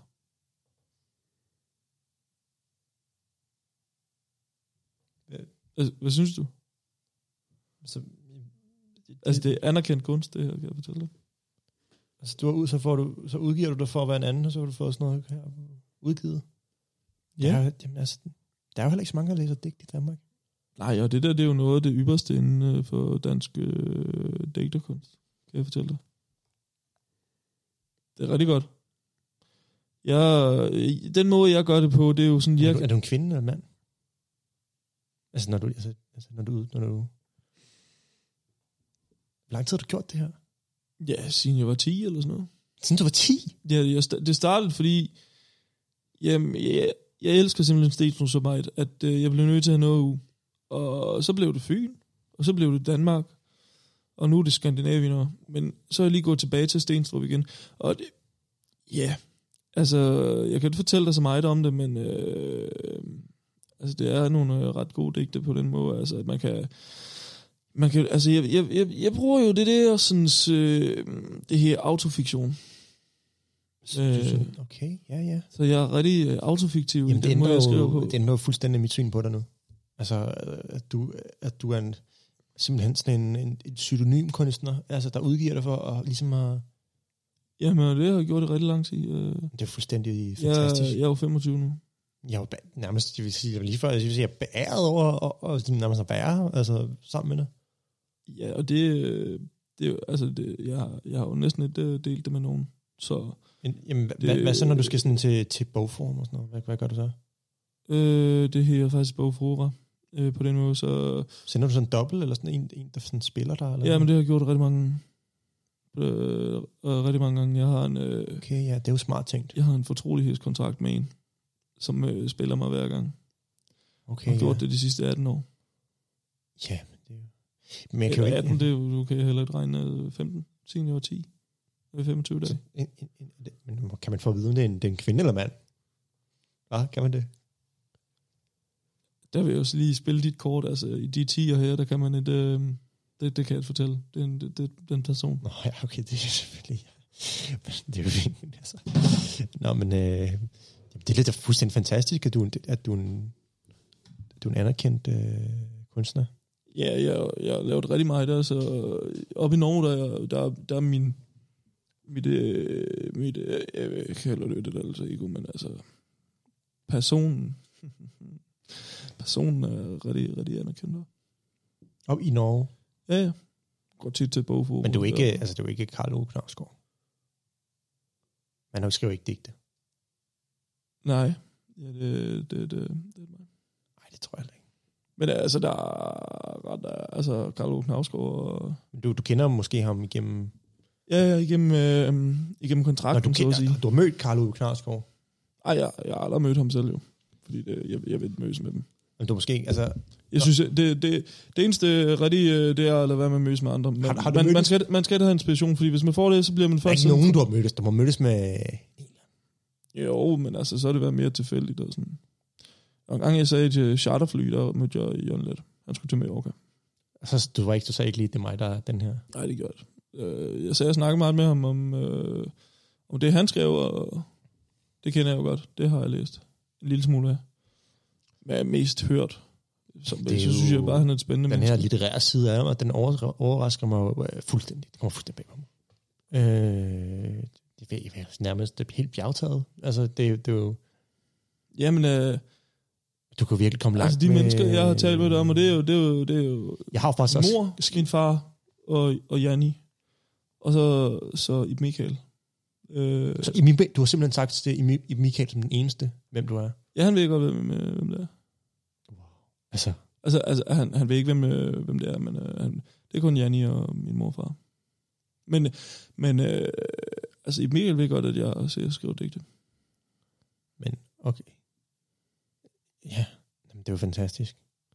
Altså, hvad synes du? Så, det, altså, det er anerkendt kunst, det her, kan jeg fortælle dig. Altså, du er ud, så, får du, så udgiver du dig for at være en anden, og så har du fået sådan noget her udgivet. Ja. Der er, jamen, altså, der er jo heller ikke så mange, der læser digt i Danmark. Nej, og det der, det er jo noget af det ypperste inden for dansk øh, digterkunst, kan jeg fortælle dig. Det er rigtig godt. Jeg, den måde, jeg gør det på, det er jo sådan... Er, jeg, du, er du en kvinde eller en mand? Altså, når du... Altså, altså når du... Når du Hvor lang tid har du gjort det her? Ja, siden jeg var ti eller sådan noget. Siden du var ti? Ja, jeg, det startede, fordi... Jamen, jeg, jeg elsker simpelthen Stenstrup så meget, at øh, jeg blev nødt til at have noget ud. Og så blev det Fyn, og så blev det Danmark, og nu er det Skandinavien. Men så er jeg lige gået tilbage til Stenstrup igen. Og det, ja, altså, jeg kan ikke fortælle dig så meget om det, men øh, altså, det er nogle ret gode digte på den måde, altså, at man kan, man kan, altså, jeg, jeg, jeg, jeg bruger jo det der, sådan, øh, det her autofiktion. Øh, okay, ja, ja. Så jeg er rigtig øh, autofiktiv. Jamen, det måde, jeg skriver på. Det ændrer jo fuldstændig mit syn på dig nu. Altså, at du, at du er en, simpelthen sådan en, en, en pseudonym-kunstner, altså, der udgiver dig for at ligesom at... Jamen, det har jeg gjort i rigtig lang tid. Det er fuldstændig fantastisk. Jeg, jeg er jo femogtyve nu. Jeg er jo nærmest, jeg vil sige, jeg vil lige før, jeg vil sige, jeg er beæret over at nærmest at være, altså, sammen med dig. Ja, og det, det altså, det, jeg, jeg har jo næsten ikke delt det med nogen, så... Jamen, det, hvad, hvad så, når du skal sådan til, til bogform og sådan noget? Hvad, hvad gør du så? Øh, det her er faktisk bogfora. Øh, på den måde, så... Sender du sådan en dobbelt, eller sådan en, en der sådan spiller der? Eller ja, men det har jeg gjort rigtig mange... Øh, rigtig mange gange. Jeg har en... Øh, okay, ja, det er jo smart tænkt. Jeg har en fortrolighedskontrakt med en, som øh, spiller mig hver gang. Okay, jeg har gjort ja. det de sidste atten år. Ja, men det er jo... Men jeg kan jo atten, det er jo, du kan heller ikke regne femten, siden jeg var ti. femogtyve dage. En, en, en, men kan man få at vide, om det er en, det er en kvinde eller mand? Hvad? Kan man det? Der vil jeg også lige spille dit kort. Altså, i de tiger her, der kan man et... Øh, det, det kan jeg fortælle. Det er en, det, det, den person. Nå ja, okay, det er selvfølgelig... det er jo fint, altså. Nå, men... Øh, det er lidt fuldstændig fantastisk, at du, at du, en, du er en anerkendt øh, kunstner. Ja, jeg, jeg har lavet rigtig meget der, så op i Norge, der, der, der er min... mit, øh, mit øh, jeg kalder det det altså ego, men altså, personen, personen er rigtig, rigtig anerkendt. Og i Norge? Ja, ja. Går tit til bogforum. Men du er ikke, altså, du er ikke Karl Ove Knausgård? Man skriver ikke digte. Nej, ja, det, det, det, det, det er mig. Nej, det tror jeg ikke. Men altså, der er ret, altså, Karl Ove Knausgård og... Du, du kender måske ham igennem... Ja, ja, igennem, øh, igennem kontrakten, Nå, du kender, så at sige. Du har mødt Karl Ove Knausgård? Ej, jeg, jeg har aldrig mødt ham selv, jo. Fordi det, jeg, jeg vil ikke mødes med dem. Men du måske, altså... Jeg synes, det, det, det eneste rigtige, det er at lade være med at mødes med andre. Man, har, har man, man, skal, man skal have inspiration, fordi hvis man får det, så bliver man først... Der er ikke nogen, du har mødtes. Du må mødes med... Jo, men altså, så er det været mere tilfældigt og sådan. Og en gang jeg sagde til charterfly, der mødte jeg Jørgen Let. Han skulle til Mallorca. Altså, du var ikke, du sagde ikke lige, det er mig, der er den her? Nej, det gør det. Jeg sagde, jeg snakkede meget med ham om, øh, om det, han skrev, og det kender jeg jo godt. Det har jeg læst. En lille smule af. Men jeg mest hørt. Så, så synes jeg bare, han er et spændende den menneske. Her litterære side af mig, den overrasker mig fuldstændig. Det kommer fuldstændig bag på mig. Øh, det er nærmest det er helt bjergtaget. Altså, det, det er jo... Jamen, øh, du kan virkelig komme langt altså, de med... mennesker, jeg har talt med dig om, og det er jo, det er jo, det er jo jeg har faktisk mor, også... min far og, og Janni. Og så, så Ib Michael. Øh, så Ib, du har simpelthen sagt til Ib Michael som den eneste, hvem du er? Ja, han ved godt, hvem, hvem det er. Wow. Altså... Altså, altså han, han ved ikke, hvem, hvem det er, men øh, han, det er kun Janni og min morfar. Men, men øh, altså, Ib Michael ved godt, at jeg også jeg skriver digte. Men, okay. Ja, det er jo fantastisk.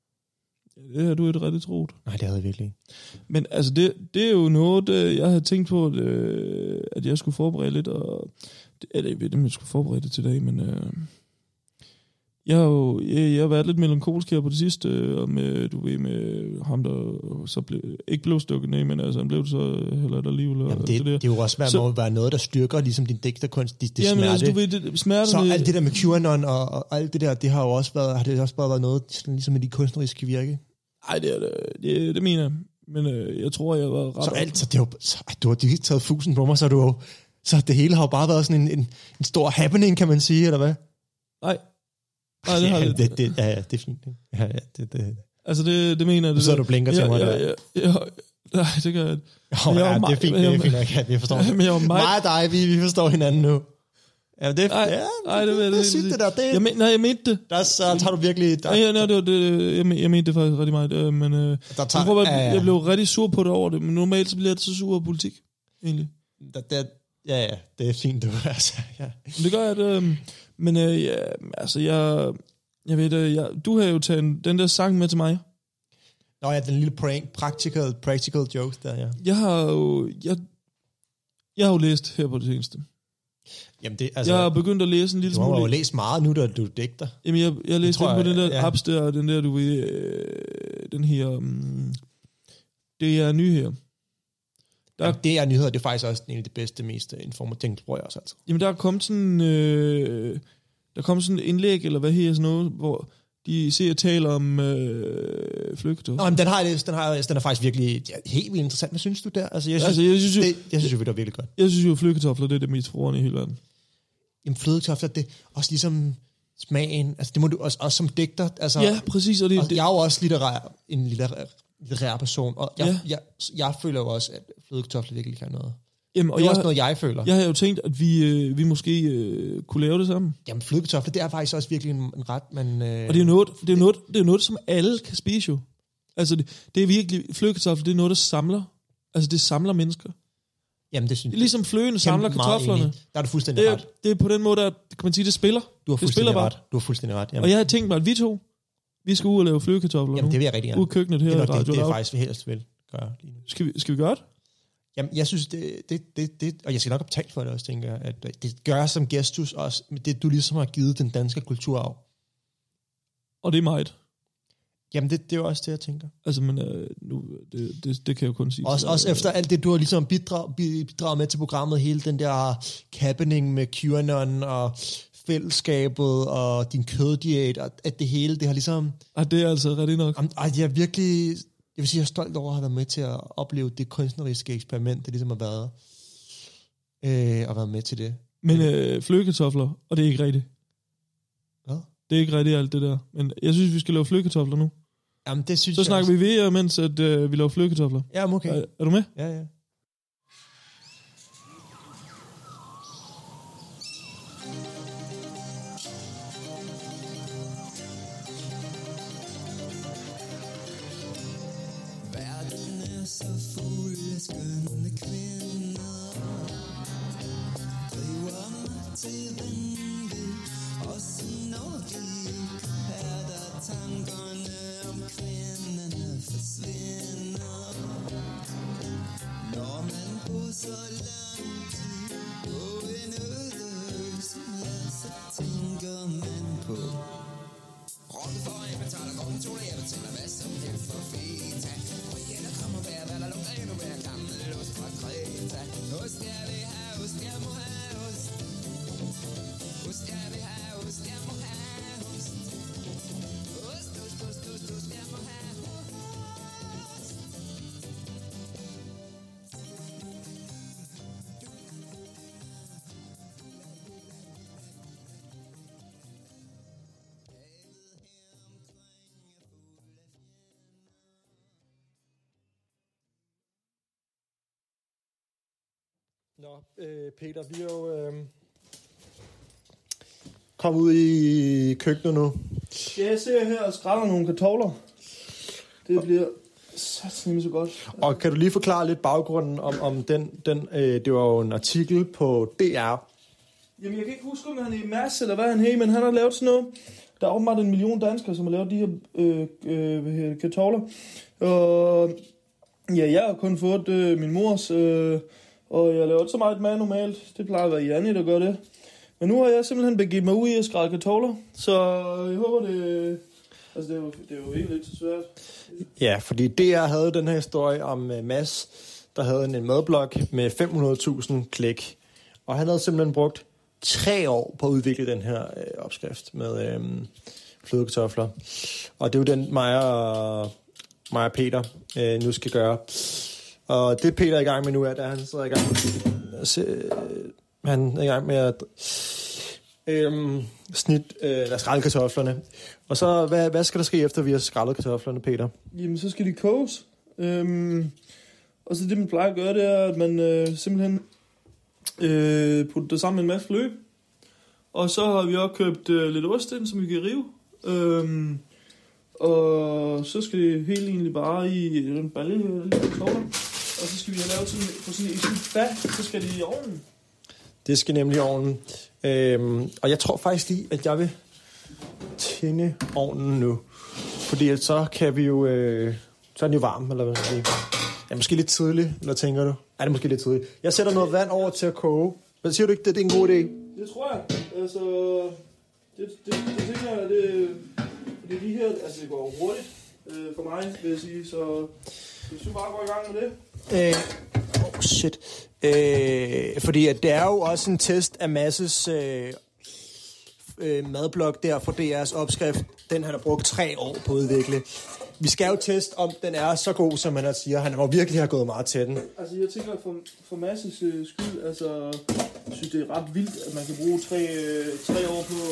Ja, det har du et rigtig troet. Nej, det havde jeg virkelig ikke. Men altså, det, det er jo noget, jeg havde tænkt på, at, at jeg skulle forberede lidt, og, eller jeg ved ikke, om jeg skulle forberede det til dag, men... Øh, Jeg har jo jeg, jeg har været lidt melankolsk her på det sidste, og med, du ved, med ham, der så blev, ikke blev stukket ned, men altså, han blev så heller et alligevel. Jamen det, det, det er jo også været, så, være noget, der styrker ligesom din digterkunst, det, det jamen, smerte. Altså, du ved, det, smerte. Så alt det der med QAnon og, og alt det der, det har jo også været, har det også bare været noget, ligesom med de kunstneriske virke? Nej, det, det, det, det mener jeg. Men øh, jeg tror, jeg var ret... Så alt, så det jo, så, du har lige taget fusen på mig, så du jo, så det hele har jo bare været sådan en, en, en stor happening, kan man sige, eller hvad? Nej. Nej, det har ja, det. det, det, ja, ja, det er fint. Ja, ja, det, det. Altså, det, det mener jeg... Det så du blinker til ja, mig ja, der. Ja, ja, ja, nej, det gør jeg ikke. Oh, ja, det er fint, det er fint. Okay, vi forstår det. Men jeg var mig og dig, vi, vi forstår hinanden nu. Ja, det, nej, ja, nej, det, det, det, det, er sygt, det der. Det, jeg men, nej, jeg mente det. Der så tager du virkelig... Der, ja, ja, nej, det var det, jeg, jeg mente det faktisk rigtig meget. Men øh, der tager, jeg, prøver, ja, ja. jeg blev rigtig sur på det over det, men normalt så bliver jeg så sur over politik, egentlig. Der, der, ja, ja, det er fint, du altså, ja. Det gør jeg, det, øh, men øh, ja, altså, jeg... Jeg ved det, jeg, du har jo taget den der sang med til mig. Nå ja, den lille prank, practical, practical jokes der, ja. Jeg har jo, jeg, jeg har jo læst her på det seneste. Jamen det, altså... Jeg har begyndt at læse en lille smule. Du har jo læst meget nu, da du digter. Jamen jeg, jeg læste den på den der ja. apps der, den der, du ved, øh, den her, um, det er ny her. Der, jamen, det er nyheder, det er faktisk også en af de bedste, mest informative, tror jeg også altså. Jamen der er kommet sådan, øh, der kom sådan et indlæg, eller hvad her, sådan noget, hvor de ser og taler om øh, flygter. Nå, men den har jeg læst, den, har jeg læst, den er faktisk virkelig ja, helt vildt interessant. Hvad synes du der? Altså, jeg synes, altså, jeg synes jo, det, jeg synes jo, det var virkelig godt. Jeg synes jo, at flødekartofler, det er det mest forordende i hele verden. Jamen, flødekartofler, det er også ligesom smagen, altså det må du også, også som digter. Altså, ja, præcis. Og det, og det, jeg er jo også litterær, en litterær, litterær person, og jeg, ja. jeg, jeg, jeg føler jo også, at flødekartofler virkelig kan noget. Jamen, og det er jeg, også noget, jeg føler. Jeg har jo tænkt, at vi, øh, vi måske øh, kunne lave det sammen. Jamen, flødekartofler, det er faktisk også virkelig en, en ret, man... Øh, og det er, noget, det, er noget, det er noget, som alle kan spise jo. Altså, det, det er virkelig... Flødekartofler, det er noget, der samler. Altså, det samler mennesker. Jamen, det synes det er ligesom fløden samler kartoflerne. Der er du fuldstændig det er, ret. Det er på den måde, der kan man sige, det spiller. Du har fuldstændig ret. Du har fuldstændig ret. Jamen. Og jeg har tænkt mig, at vi to, vi skal ud og lave flødekartofler. Jamen, det vil jeg rigtig gerne. Ud i køkkenet her. Det er, det, det, det er faktisk, vi helst vil gøre lige nu. Skal vi, skal vi gøre det? Jamen, jeg synes, det, det, det, det, og jeg skal nok have betalt for det også, tænker jeg, at det gør som gestus også, med det du ligesom har givet den danske kulturarv. Og det er meget. Jamen, det, det er jo også det, jeg tænker. Altså, men øh, nu, det, det, det kan jeg jo kun sige. Også, også efter alt det, du har ligesom bidraget, bidraget med til programmet, hele den der happening med QAnon og fællesskabet og din køddiæt, og at det hele, det har ligesom... Ah, det er altså rigtig nok. Og jeg er virkelig... Jeg vil sige, jeg er stolt over at have været med til at opleve det kunstneriske eksperiment, det ligesom har været. øh, og været med til det. Men øh, flødekartofler, og det er ikke rigtigt. Hvad? Det er ikke rigtigt alt det der. Men jeg synes, vi skal lave flødekartofler nu. Jamen, det synes Så jeg snakker også. vi ved, mens at, øh, vi laver flødekartofler. Jamen, okay. Er, er du med? Ja, ja. Verden er så fuld af skønne kvinder, driver mig til vanvid, også når de ikke er der. Tankerne om kvinderne forsvinder, når man på så lang tid på en ødeløs land, så tænker man på Rokken for en betaler gården to, jeg betaler hvad som helst for feta. Og jænder kommer hver, hvad der lugter endnu mere gammel ost fra Kreta. Ost jeg vil have, ost jeg må have ost. Ost jeg vil have, ost jeg må have ost. Ost, ost, ost, ost, ost jeg må have ost. Nå, øh, Peter, vi er jo øh, kommet ud i køkkenet nu. Ja, jeg ser her og skræller nogle kartofler. Det bliver satsen så godt. Og kan du lige forklare lidt baggrunden om, om den, den øh, det var jo en artikel på D R. Jamen, jeg kan ikke huske, om han er i Mads, eller hvad han er, men han har lavet sådan noget. Der er åbenbart en million danskere, som har lavet de her øh, øh, hvad hedder det, kartofler. Og ja, jeg har kun fået øh, min mors, øh, og jeg laver ikke så meget mad normalt. Det plejer at være Janne, der gør det. Men nu har jeg simpelthen begivet mig ud i at skrælle kartofler, så jeg håber, det... Altså, det er jo, det er jo ikke lidt så svært. Ja, fordi D R havde den her historie om uh, Mads, der havde en, en madblog med fem hundrede tusind klik. Og han havde simpelthen brugt tre år på at udvikle den her øh, opskrift med øh, flødekartofler. Og det er jo den, mig og, mig og Peter øh, nu skal gøre. Og det Peter er i gang med nu, er, at han sidder i gang med, øh, han er i gang med at øh, snit, øh, eller skrælle kartoflerne. Og så, hvad, hvad skal der ske, efter vi har skrællet kartoflerne, Peter? Jamen, så skal de koges. Øhm, og så det, man plejer at gøre, det er, at man øh, simpelthen øh, putter det sammen med en masse fløde. Og så har vi også købt øh, lidt ost ind, som vi kan rive. Øhm, og så skal det helt egentlig bare i en balle lidt kartofler. Og så skal vi have lavet sådan, på sådan et fat, så skal det i ovnen. Det skal nemlig i ovnen. Øhm, og jeg tror faktisk lige, at jeg vil tænde ovnen nu. Fordi så kan vi jo... Øh, så er den jo varm, eller hvad skal jeg sige. Ja, måske lidt tidligt, eller tænker du? Ja, det er måske lidt tidligt. Jeg sætter noget vand over til at koge. Hvad siger du ikke, det, det er en god idé? Det tror jeg. Altså, det, det, det tænker jeg, det, det er de her... Altså, det går hurtigt øh, for mig, vil jeg sige. Så hvis du bare går i gang med det. Øh, oh shit. Øh, fordi at det er jo også en test af Masses øh, øh, madblog der for D R's opskrift. Den han har brugt tre år på at udvikle. Vi skal jo teste, om den er så god, som han siger. Han må virkelig have gået meget til den. Altså, jeg tænker for, for Masses øh, skyld, altså, jeg synes, det er ret vildt, at man kan bruge tre, øh, tre år på,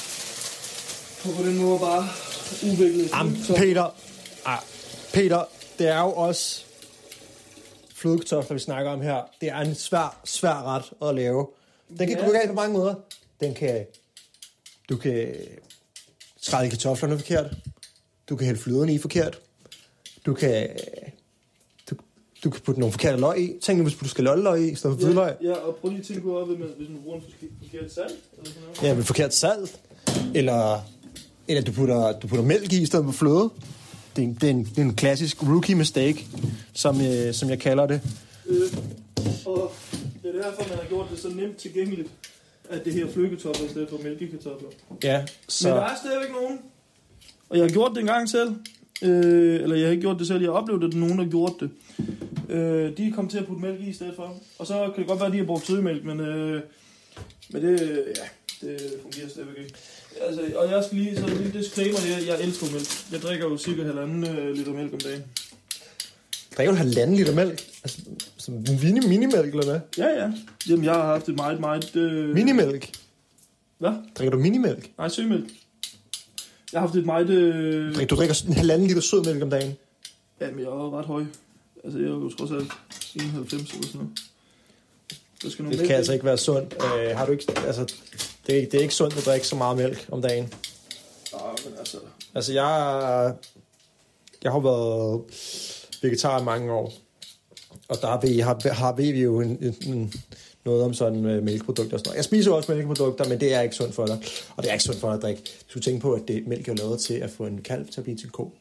på på den måde bare udvikle. Jamen, Peter, ah, Peter, det er jo også flødekartofler, vi snakker om her. Det er en svær, svær ret at lave. Den kan ja. gå galt på mange måder. Den kan, du kan skrælle kartoflerne forkert. Du kan hælde fløderne i forkert. Du kan, du, du kan putte nogle forkerte løg i. Tænk nu, hvis du skal løg i, i stedet for ja, hvidløg. Ja, og prøv lige at tænke på, hvis man bruger en forkert salt. Eller sådan noget. Ja, med forkert salt. Eller, eller du, putter, du putter mælk i, i stedet for fløde. Det er en, det er en, det er en klassisk rookie mistake, som, øh, som jeg kalder det. Øh, og det er derfor, man har gjort det så nemt tilgængeligt, at det her flødekartofler i stedet for mælkekartofler. Ja, så... Men der er stadigvæk nogen, og jeg har gjort det en gang selv, øh, eller jeg har ikke gjort det selv, jeg oplevede, at der er nogen, der gjorde det. Øh, de kom til at putte mælk i i stedet for, og så kan det godt være, at de har brugt sødemælk, men, øh, men det, ja, det fungerer stadigvæk ikke. Altså, og jeg skal lige, så lige disclaimer, jeg, jeg elsker mælk. Jeg drikker jo cirka halvanden øh, liter mælk om dagen. Drikker du halvanden liter mælk? Altså, Som mini, minimælk, eller hvad? Ja, ja. Jamen, jeg har haft et meget, meget... Øh... Minimælk? Hvad? Drikker du minimælk? Nej, sømælk. Jeg har haft et meget... Øh... Du drikker en halvanden liter sødmælk om dagen? Jamen, jeg er ret høj. Altså, jeg er jo trods alt enoghalvfems eller sådan noget. Der skal det kan mælk. Altså ikke være sundt. Uh, har du ikke... Altså, det, er, det er ikke sundt at drikke så meget mælk om dagen. Nej, men altså... Altså, jeg... Jeg har været vegetar i mange år. Og der har vi, har, har vi jo en, en, noget om sådan uh, mælkeprodukter og sådan noget. Jeg spiser også mælkeprodukter, men det er ikke sundt for dig. Og det er ikke sundt for dig at drikke. Du skal tænke på, at det, mælk er lavet til at få en kalv til at blive til ko.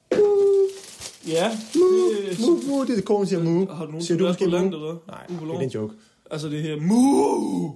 Ja. Mu, mu, mu, det er det konen siger mu. Har du nogen siger du måske langt, eller? Nej, det er en joke. Altså det her mu.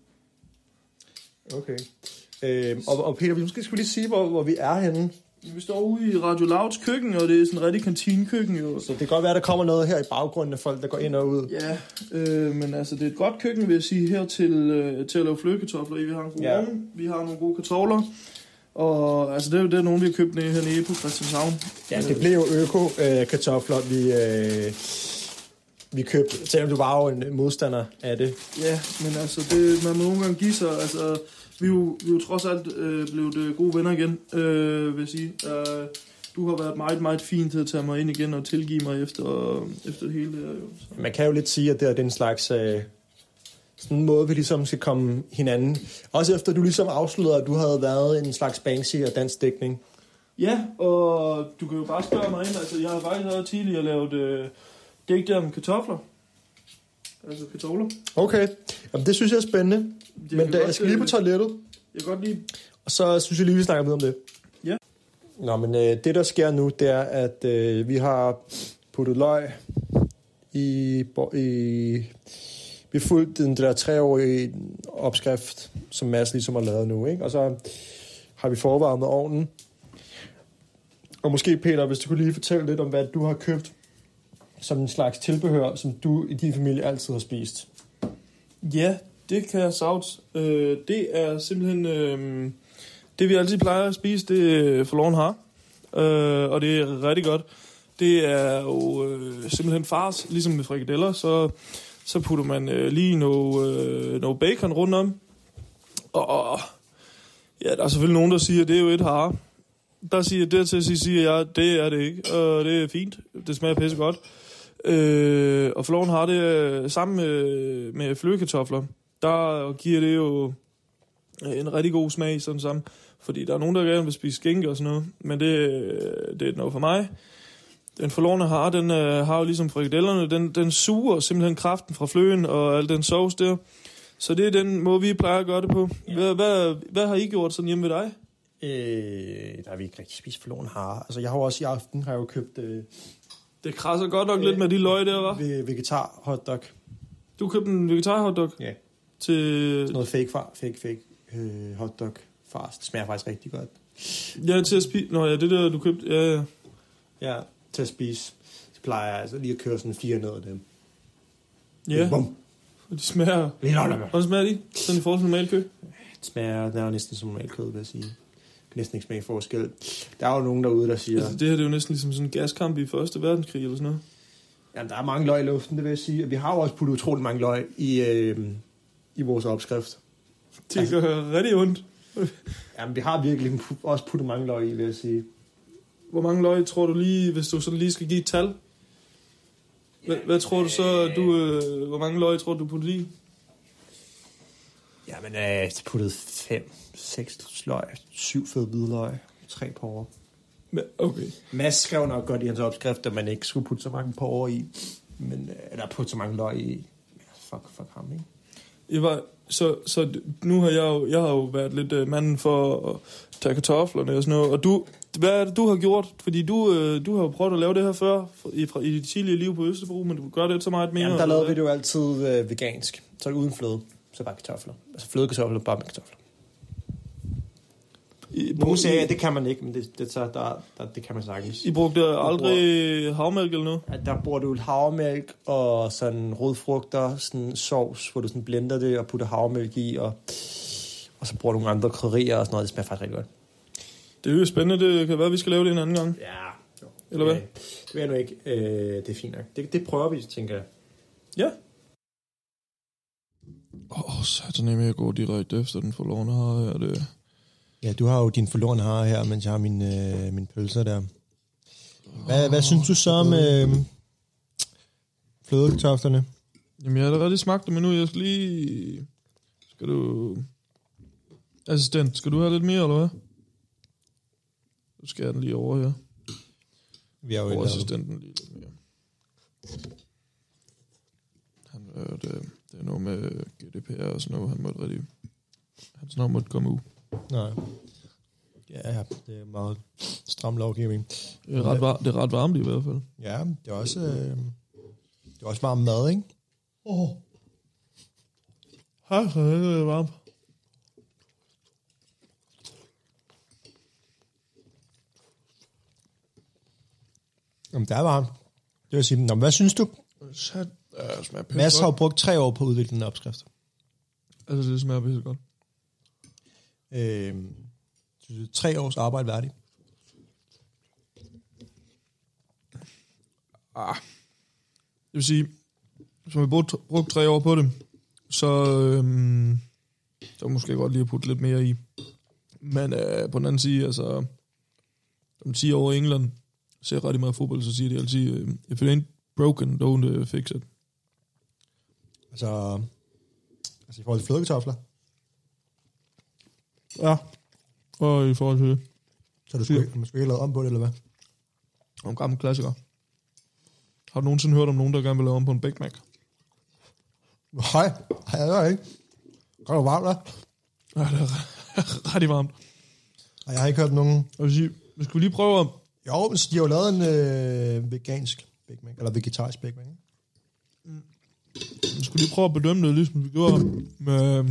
Okay. Øhm, og, og Peter, vi måske skal lige sige, hvor, hvor vi er henne. Vi står ude i Radio Louds køkken, og det er sådan en rigtig kantinekøkken jo. Så det kan godt være, der kommer noget her i baggrunden af folk, der går ind og ud. Ja, øh, men altså det er et godt køkken, vil jeg sige, her til, øh, til at lave flødekartofler i. Vi har en god ja. ovn, vi har nogle gode kartofler. Og altså det er jo det er nogen, vi har købt ned hernede på Christianshavn. Ja, det blev jo øko-kartofler, øh, vi, øh, vi købte, selvom du var jo en modstander af det. Ja, men altså det, man må nogle gange give sig, altså vi er jo, vi er jo trods alt øh, blevet gode venner igen, øh, vil jeg sige. Øh, du har været meget, meget fin til at tage mig ind igen og tilgive mig efter, efter det hele der. Jo, så. Man kan jo lidt sige, at det er den slags... Øh, sådan en måde, vi ligesom skal komme hinanden. Også efter du ligesom afslutter, at du havde været en slags Banksy og dansk dækning. Ja, og du kan jo bare spørge mig ind. Altså, jeg har faktisk også tidligere lavet øh, digte om kartofler. Altså kartofler. Okay, jamen, det synes jeg er spændende. Det Men da, godt, jeg skal lige på toilettet. Jeg kan godt lide. Og så synes jeg lige, vi snakker videre om det. Ja. Nå, men øh, det der sker nu, det er, at øh, vi har puttet løg i... i Vi har fulgt den der treårige opskrift, som Mads ligesom har lavet nu, ikke? Og så har vi forvarmet ovnen. Og måske, Peter, hvis du kunne lige fortælle lidt om, hvad du har købt som en slags tilbehør, som du i din familie altid har spist. Ja, det kan jeg savs. Øh, det er simpelthen... Øh, det vi altid plejer at spise, det er forloren har. Øh, og det er rigtig godt. Det er jo øh, simpelthen fars, ligesom med frikadeller, så... Så putter man øh, lige noget, øh, noget bacon rundt om. Og ja, der er selvfølgelig nogen, der siger, at det er jo et hare. Der siger det til at sige, jeg, det er det ikke. Og det er fint. Det smager pisse godt. Øh, og forloven har det sammen med, med flødekartofler. Der giver det jo en rigtig god smag sådan sammen. Fordi der er nogen, der gerne vil spise skinke og sådan noget. Men det, det er noget for mig. Den forlorne har, den øh, har jo ligesom frikadellerne, den, den suger simpelthen kraften fra fløden og al den sovs der. Så det er den måde, vi plejer at gøre det på. Ja. Hvad, hvad, hvad har I gjort sådan hjemme ved dig? Øh, der har vi ikke rigtig spist forloren har. Altså jeg har jo også i aften har jeg jo købt... Øh, det krasser godt nok øh, lidt med de løg der, var. Vegetar hotdog. Du købte en vegetar hotdog? Ja. Til... Sådan noget fake, far, fake, fake øh, hotdog fars. Det smager faktisk rigtig godt. Ja, til at spise... Nå ja, det der, du købte... Ja, ja. Ja, til at spise. Så plejer jeg altså lige at køre sådan fire ned af dem. Ja, bum. Og de smager... Hvordan smager de? Sådan i forhold til normalt kød? Det smager, det er næsten som normalt kød, vil jeg sige. Næsten ikke smage forskel. Der er jo nogen derude, der siger... Altså, det her det er jo næsten ligesom sådan en gaskamp i første verdenskrig eller sådan noget. Jamen, der er mange løg i luften, det vil jeg sige. Vi har jo også puttet utrolig mange løg i, øh, i vores opskrift. Det altså, gør rigtig ondt. Jamen, vi har virkelig også puttet mange løg i, vil jeg sige. Hvor mange løg tror du lige, hvis du sådan lige skal give et tal? Hvad, hvad tror du så, du, øh, hvor mange løg tror du, du puttede i? Jamen, jeg øh, puttede fem, seks løg, syv fede hvidløg, tre porre. Okay. Mads skrev nok godt i hans opskrift, at man ikke skulle putte så mange porre i, men øh, der putte så mange løg i. Fuck, fuck ham, ikke? Jeg var, så, så nu har jeg jo, jeg har jo været lidt øh, manden for at tage kartoflerne og sådan noget, og du, hvad er det, du har gjort? Fordi du, øh, du har jo prøvet at lave det her før, i, fra, i dit tidligere liv på Østerbro, men du gør det så meget mere. Jamen, der lavede vi det jo altid øh, vegansk, så uden fløde, så bare kartofler. Altså flødekartofler, bare med kartofler. Nogle sagde, at det kan man ikke, men det, det, så der, der, det kan man sagtens. I brugte aldrig bruger, havmælk eller noget? Ja, der bruger du havmælk og sådan rødfrugter, sådan sovs, hvor du sådan blender det og putter havmælk i, og, og så bruger du nogle andre krydderier og sådan noget. Det smager faktisk rigtig godt. Det er jo spændende. Det kan være, at vi skal lave det en anden gang. Ja. Jo. Eller hvad? Det, det ved jeg nu ikke. Øh, det er fint nok. Det, det prøver vi, tænker jeg. Ja. Åh, oh, satan, jeg med at gå direkte efter den forlorene har her. Det... Ja, du har jo din forlorene har her, mens jeg har min, øh, min pølser der. Hvad, oh, hvad synes du så om øh, flødekartoflerne? Jamen, jeg har da rigtig smagt det, men nu jeg skal lige... Skal du... Assistent, skal du have lidt mere, eller hvad? Nu skal jeg den lige over her. Vi har jo over assistenten lige lidt mere. Han, øh, det, det er noget med G D P R og sådan noget, han måtte rigtig... Han snart måtte komme ud. Nej. Ja, det er meget stram lovgivning. Det er ret, var, det er ret varmt i hvert fald. Ja, det er også, øh, det er også varm mad, ikke? Åh. Oh. Hej, så er det varmt. Jamen, det er varmt. Det vil sige, nå, hvad synes du? Sat, øh, smager pisse Mads har jo brugt tre år på at udvikle den opskrift. Altså, det smager pisse godt. Øh, synes du, tre års arbejde værdigt? Ah. Det vil sige, hvis man har brugt, brugt tre år på det, så øhm, så måske godt lige at putte lidt mere i. Men øh, på den anden side, altså, om ti år i England ser rigtig meget fodbold, så siger de altid, if it ain't broken, don't uh, fix it. Altså, altså i forhold til flødekartofler? Ja, og i forhold til det. Så du skulle, man skulle ikke lave om på det, eller hvad? Nogle gamle klassikere. Har du nogensinde hørt om nogen, der gerne vil lave om på en Big Mac? Nej, jeg gør ikke. Godt du varmt, da? Ja, det er rigtig varmt. Og jeg har ikke hørt nogen... Jeg vil sige, vi skulle lige prøve at... Jo, men de har jo lavet en øh, vegansk Big Mac, eller vegetarisk Big Mac, ikke? Mm. Vi skulle lige prøve at bedømme det, ligesom vi gjorde med,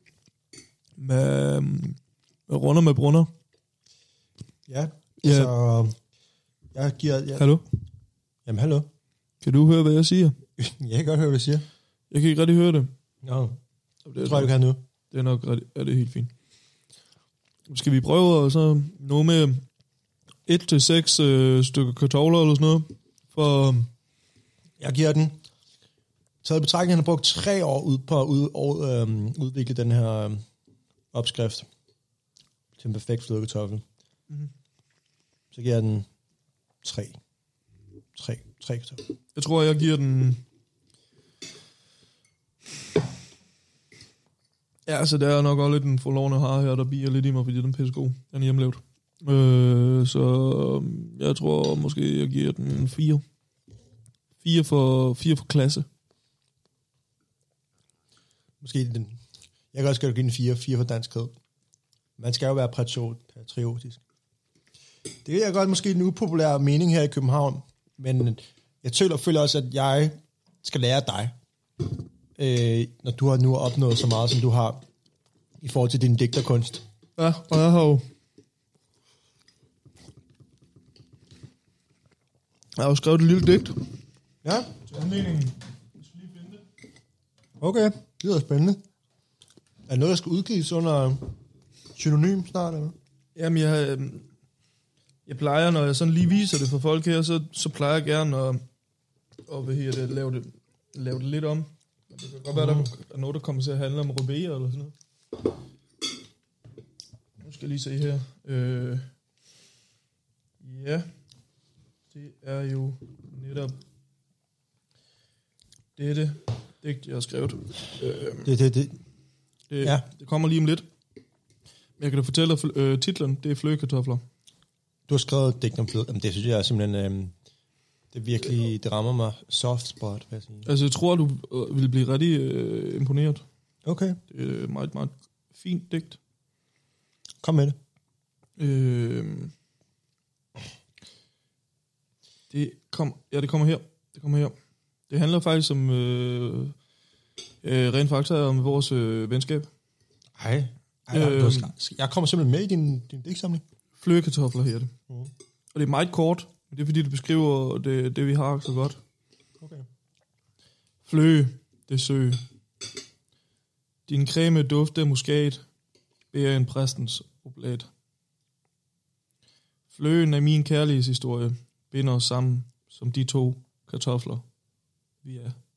med, med runder med brunner. Ja, altså... Yeah. Jeg giver... Jeg... Hallo? Jamen, hallo. Kan du høre, hvad jeg siger? Jeg kan godt høre, hvad du siger. Jeg kan ikke rigtig høre det. Nå, det det tror jeg, du kan nu. Det er nok rigtig... Ja, det er helt fint. Skal vi prøve at så nå med et til seks øh, stykker kartofler eller sådan noget? For... Jeg giver den... Så i betragtning, han har brugt tre år ud på at ud, og, øhm, udvikle den her øhm, opskrift til en perfekt flødekartoffel. Mm-hmm. Så giver jeg den tre. Tre. Tre kartofler. Jeg tror, jeg giver den... Ja, altså, der er nok også lidt en forlovende har her, der bier lidt i mig, fordi den er pissegod. Den er hjemmelavet. Øh, så jeg tror måske, jeg giver den fire. Fire for, fire for klasse. Måske den... Jeg kan også godt give den fire. Fire for danskhed. Man skal jo være patriotisk. Det er godt måske en upopulær mening her i København, men jeg føler, føler også, at jeg skal lære dig, øh, når du har nu opnået så meget, som du har, i forhold til din digterkunst. Ja, og jeg har jo... Jeg har jo skrevet et lille digt. Ja. Okay, det lyder spændende. Er det noget, der skal udgives under synonym snart, eller? Jamen, jeg, jeg plejer, når jeg sådan lige viser det for folk her, så, så plejer jeg gerne at, at hvad her, det, lave, det, lave det lidt om. Men det kan godt være, der er noget, der kommer til at handle om rødbeer eller sådan noget. Nu skal jeg lige se her. Øh, ja, det er jo netop dette digt, jeg har skrevet. Øh, det, det, det. Det, ja. det kommer lige om lidt. Jeg kan da fortælle dig øh, titlen. Det er flødekartofler. Du har skrevet digt om fløde. Jamen, det synes jeg er simpelthen... Øh, det virkelig... Det rammer mig soft spot, vil jeg sige. Altså, jeg tror, du øh, vil blive rigtig øh, imponeret. Okay. Det er meget, meget fint digt. Kom med det. Øh, det, kom, ja, det kommer her. Det kommer her. Det handler faktisk om... Øh, øh, rent faktisk om vores øh, venskab. Hej. Øh, jeg kommer simpelthen med i din, din digtsamling. Flødekartofler her det. Mm. Og det er meget kort. Det er fordi, det beskriver det, det vi har så godt. Okay. Fløde, det sø. Din creme dufte muskat, bærer en præstens oblat. Fløden er min kærlighedshistorie, binder os sammen som de to kartofler, vi er.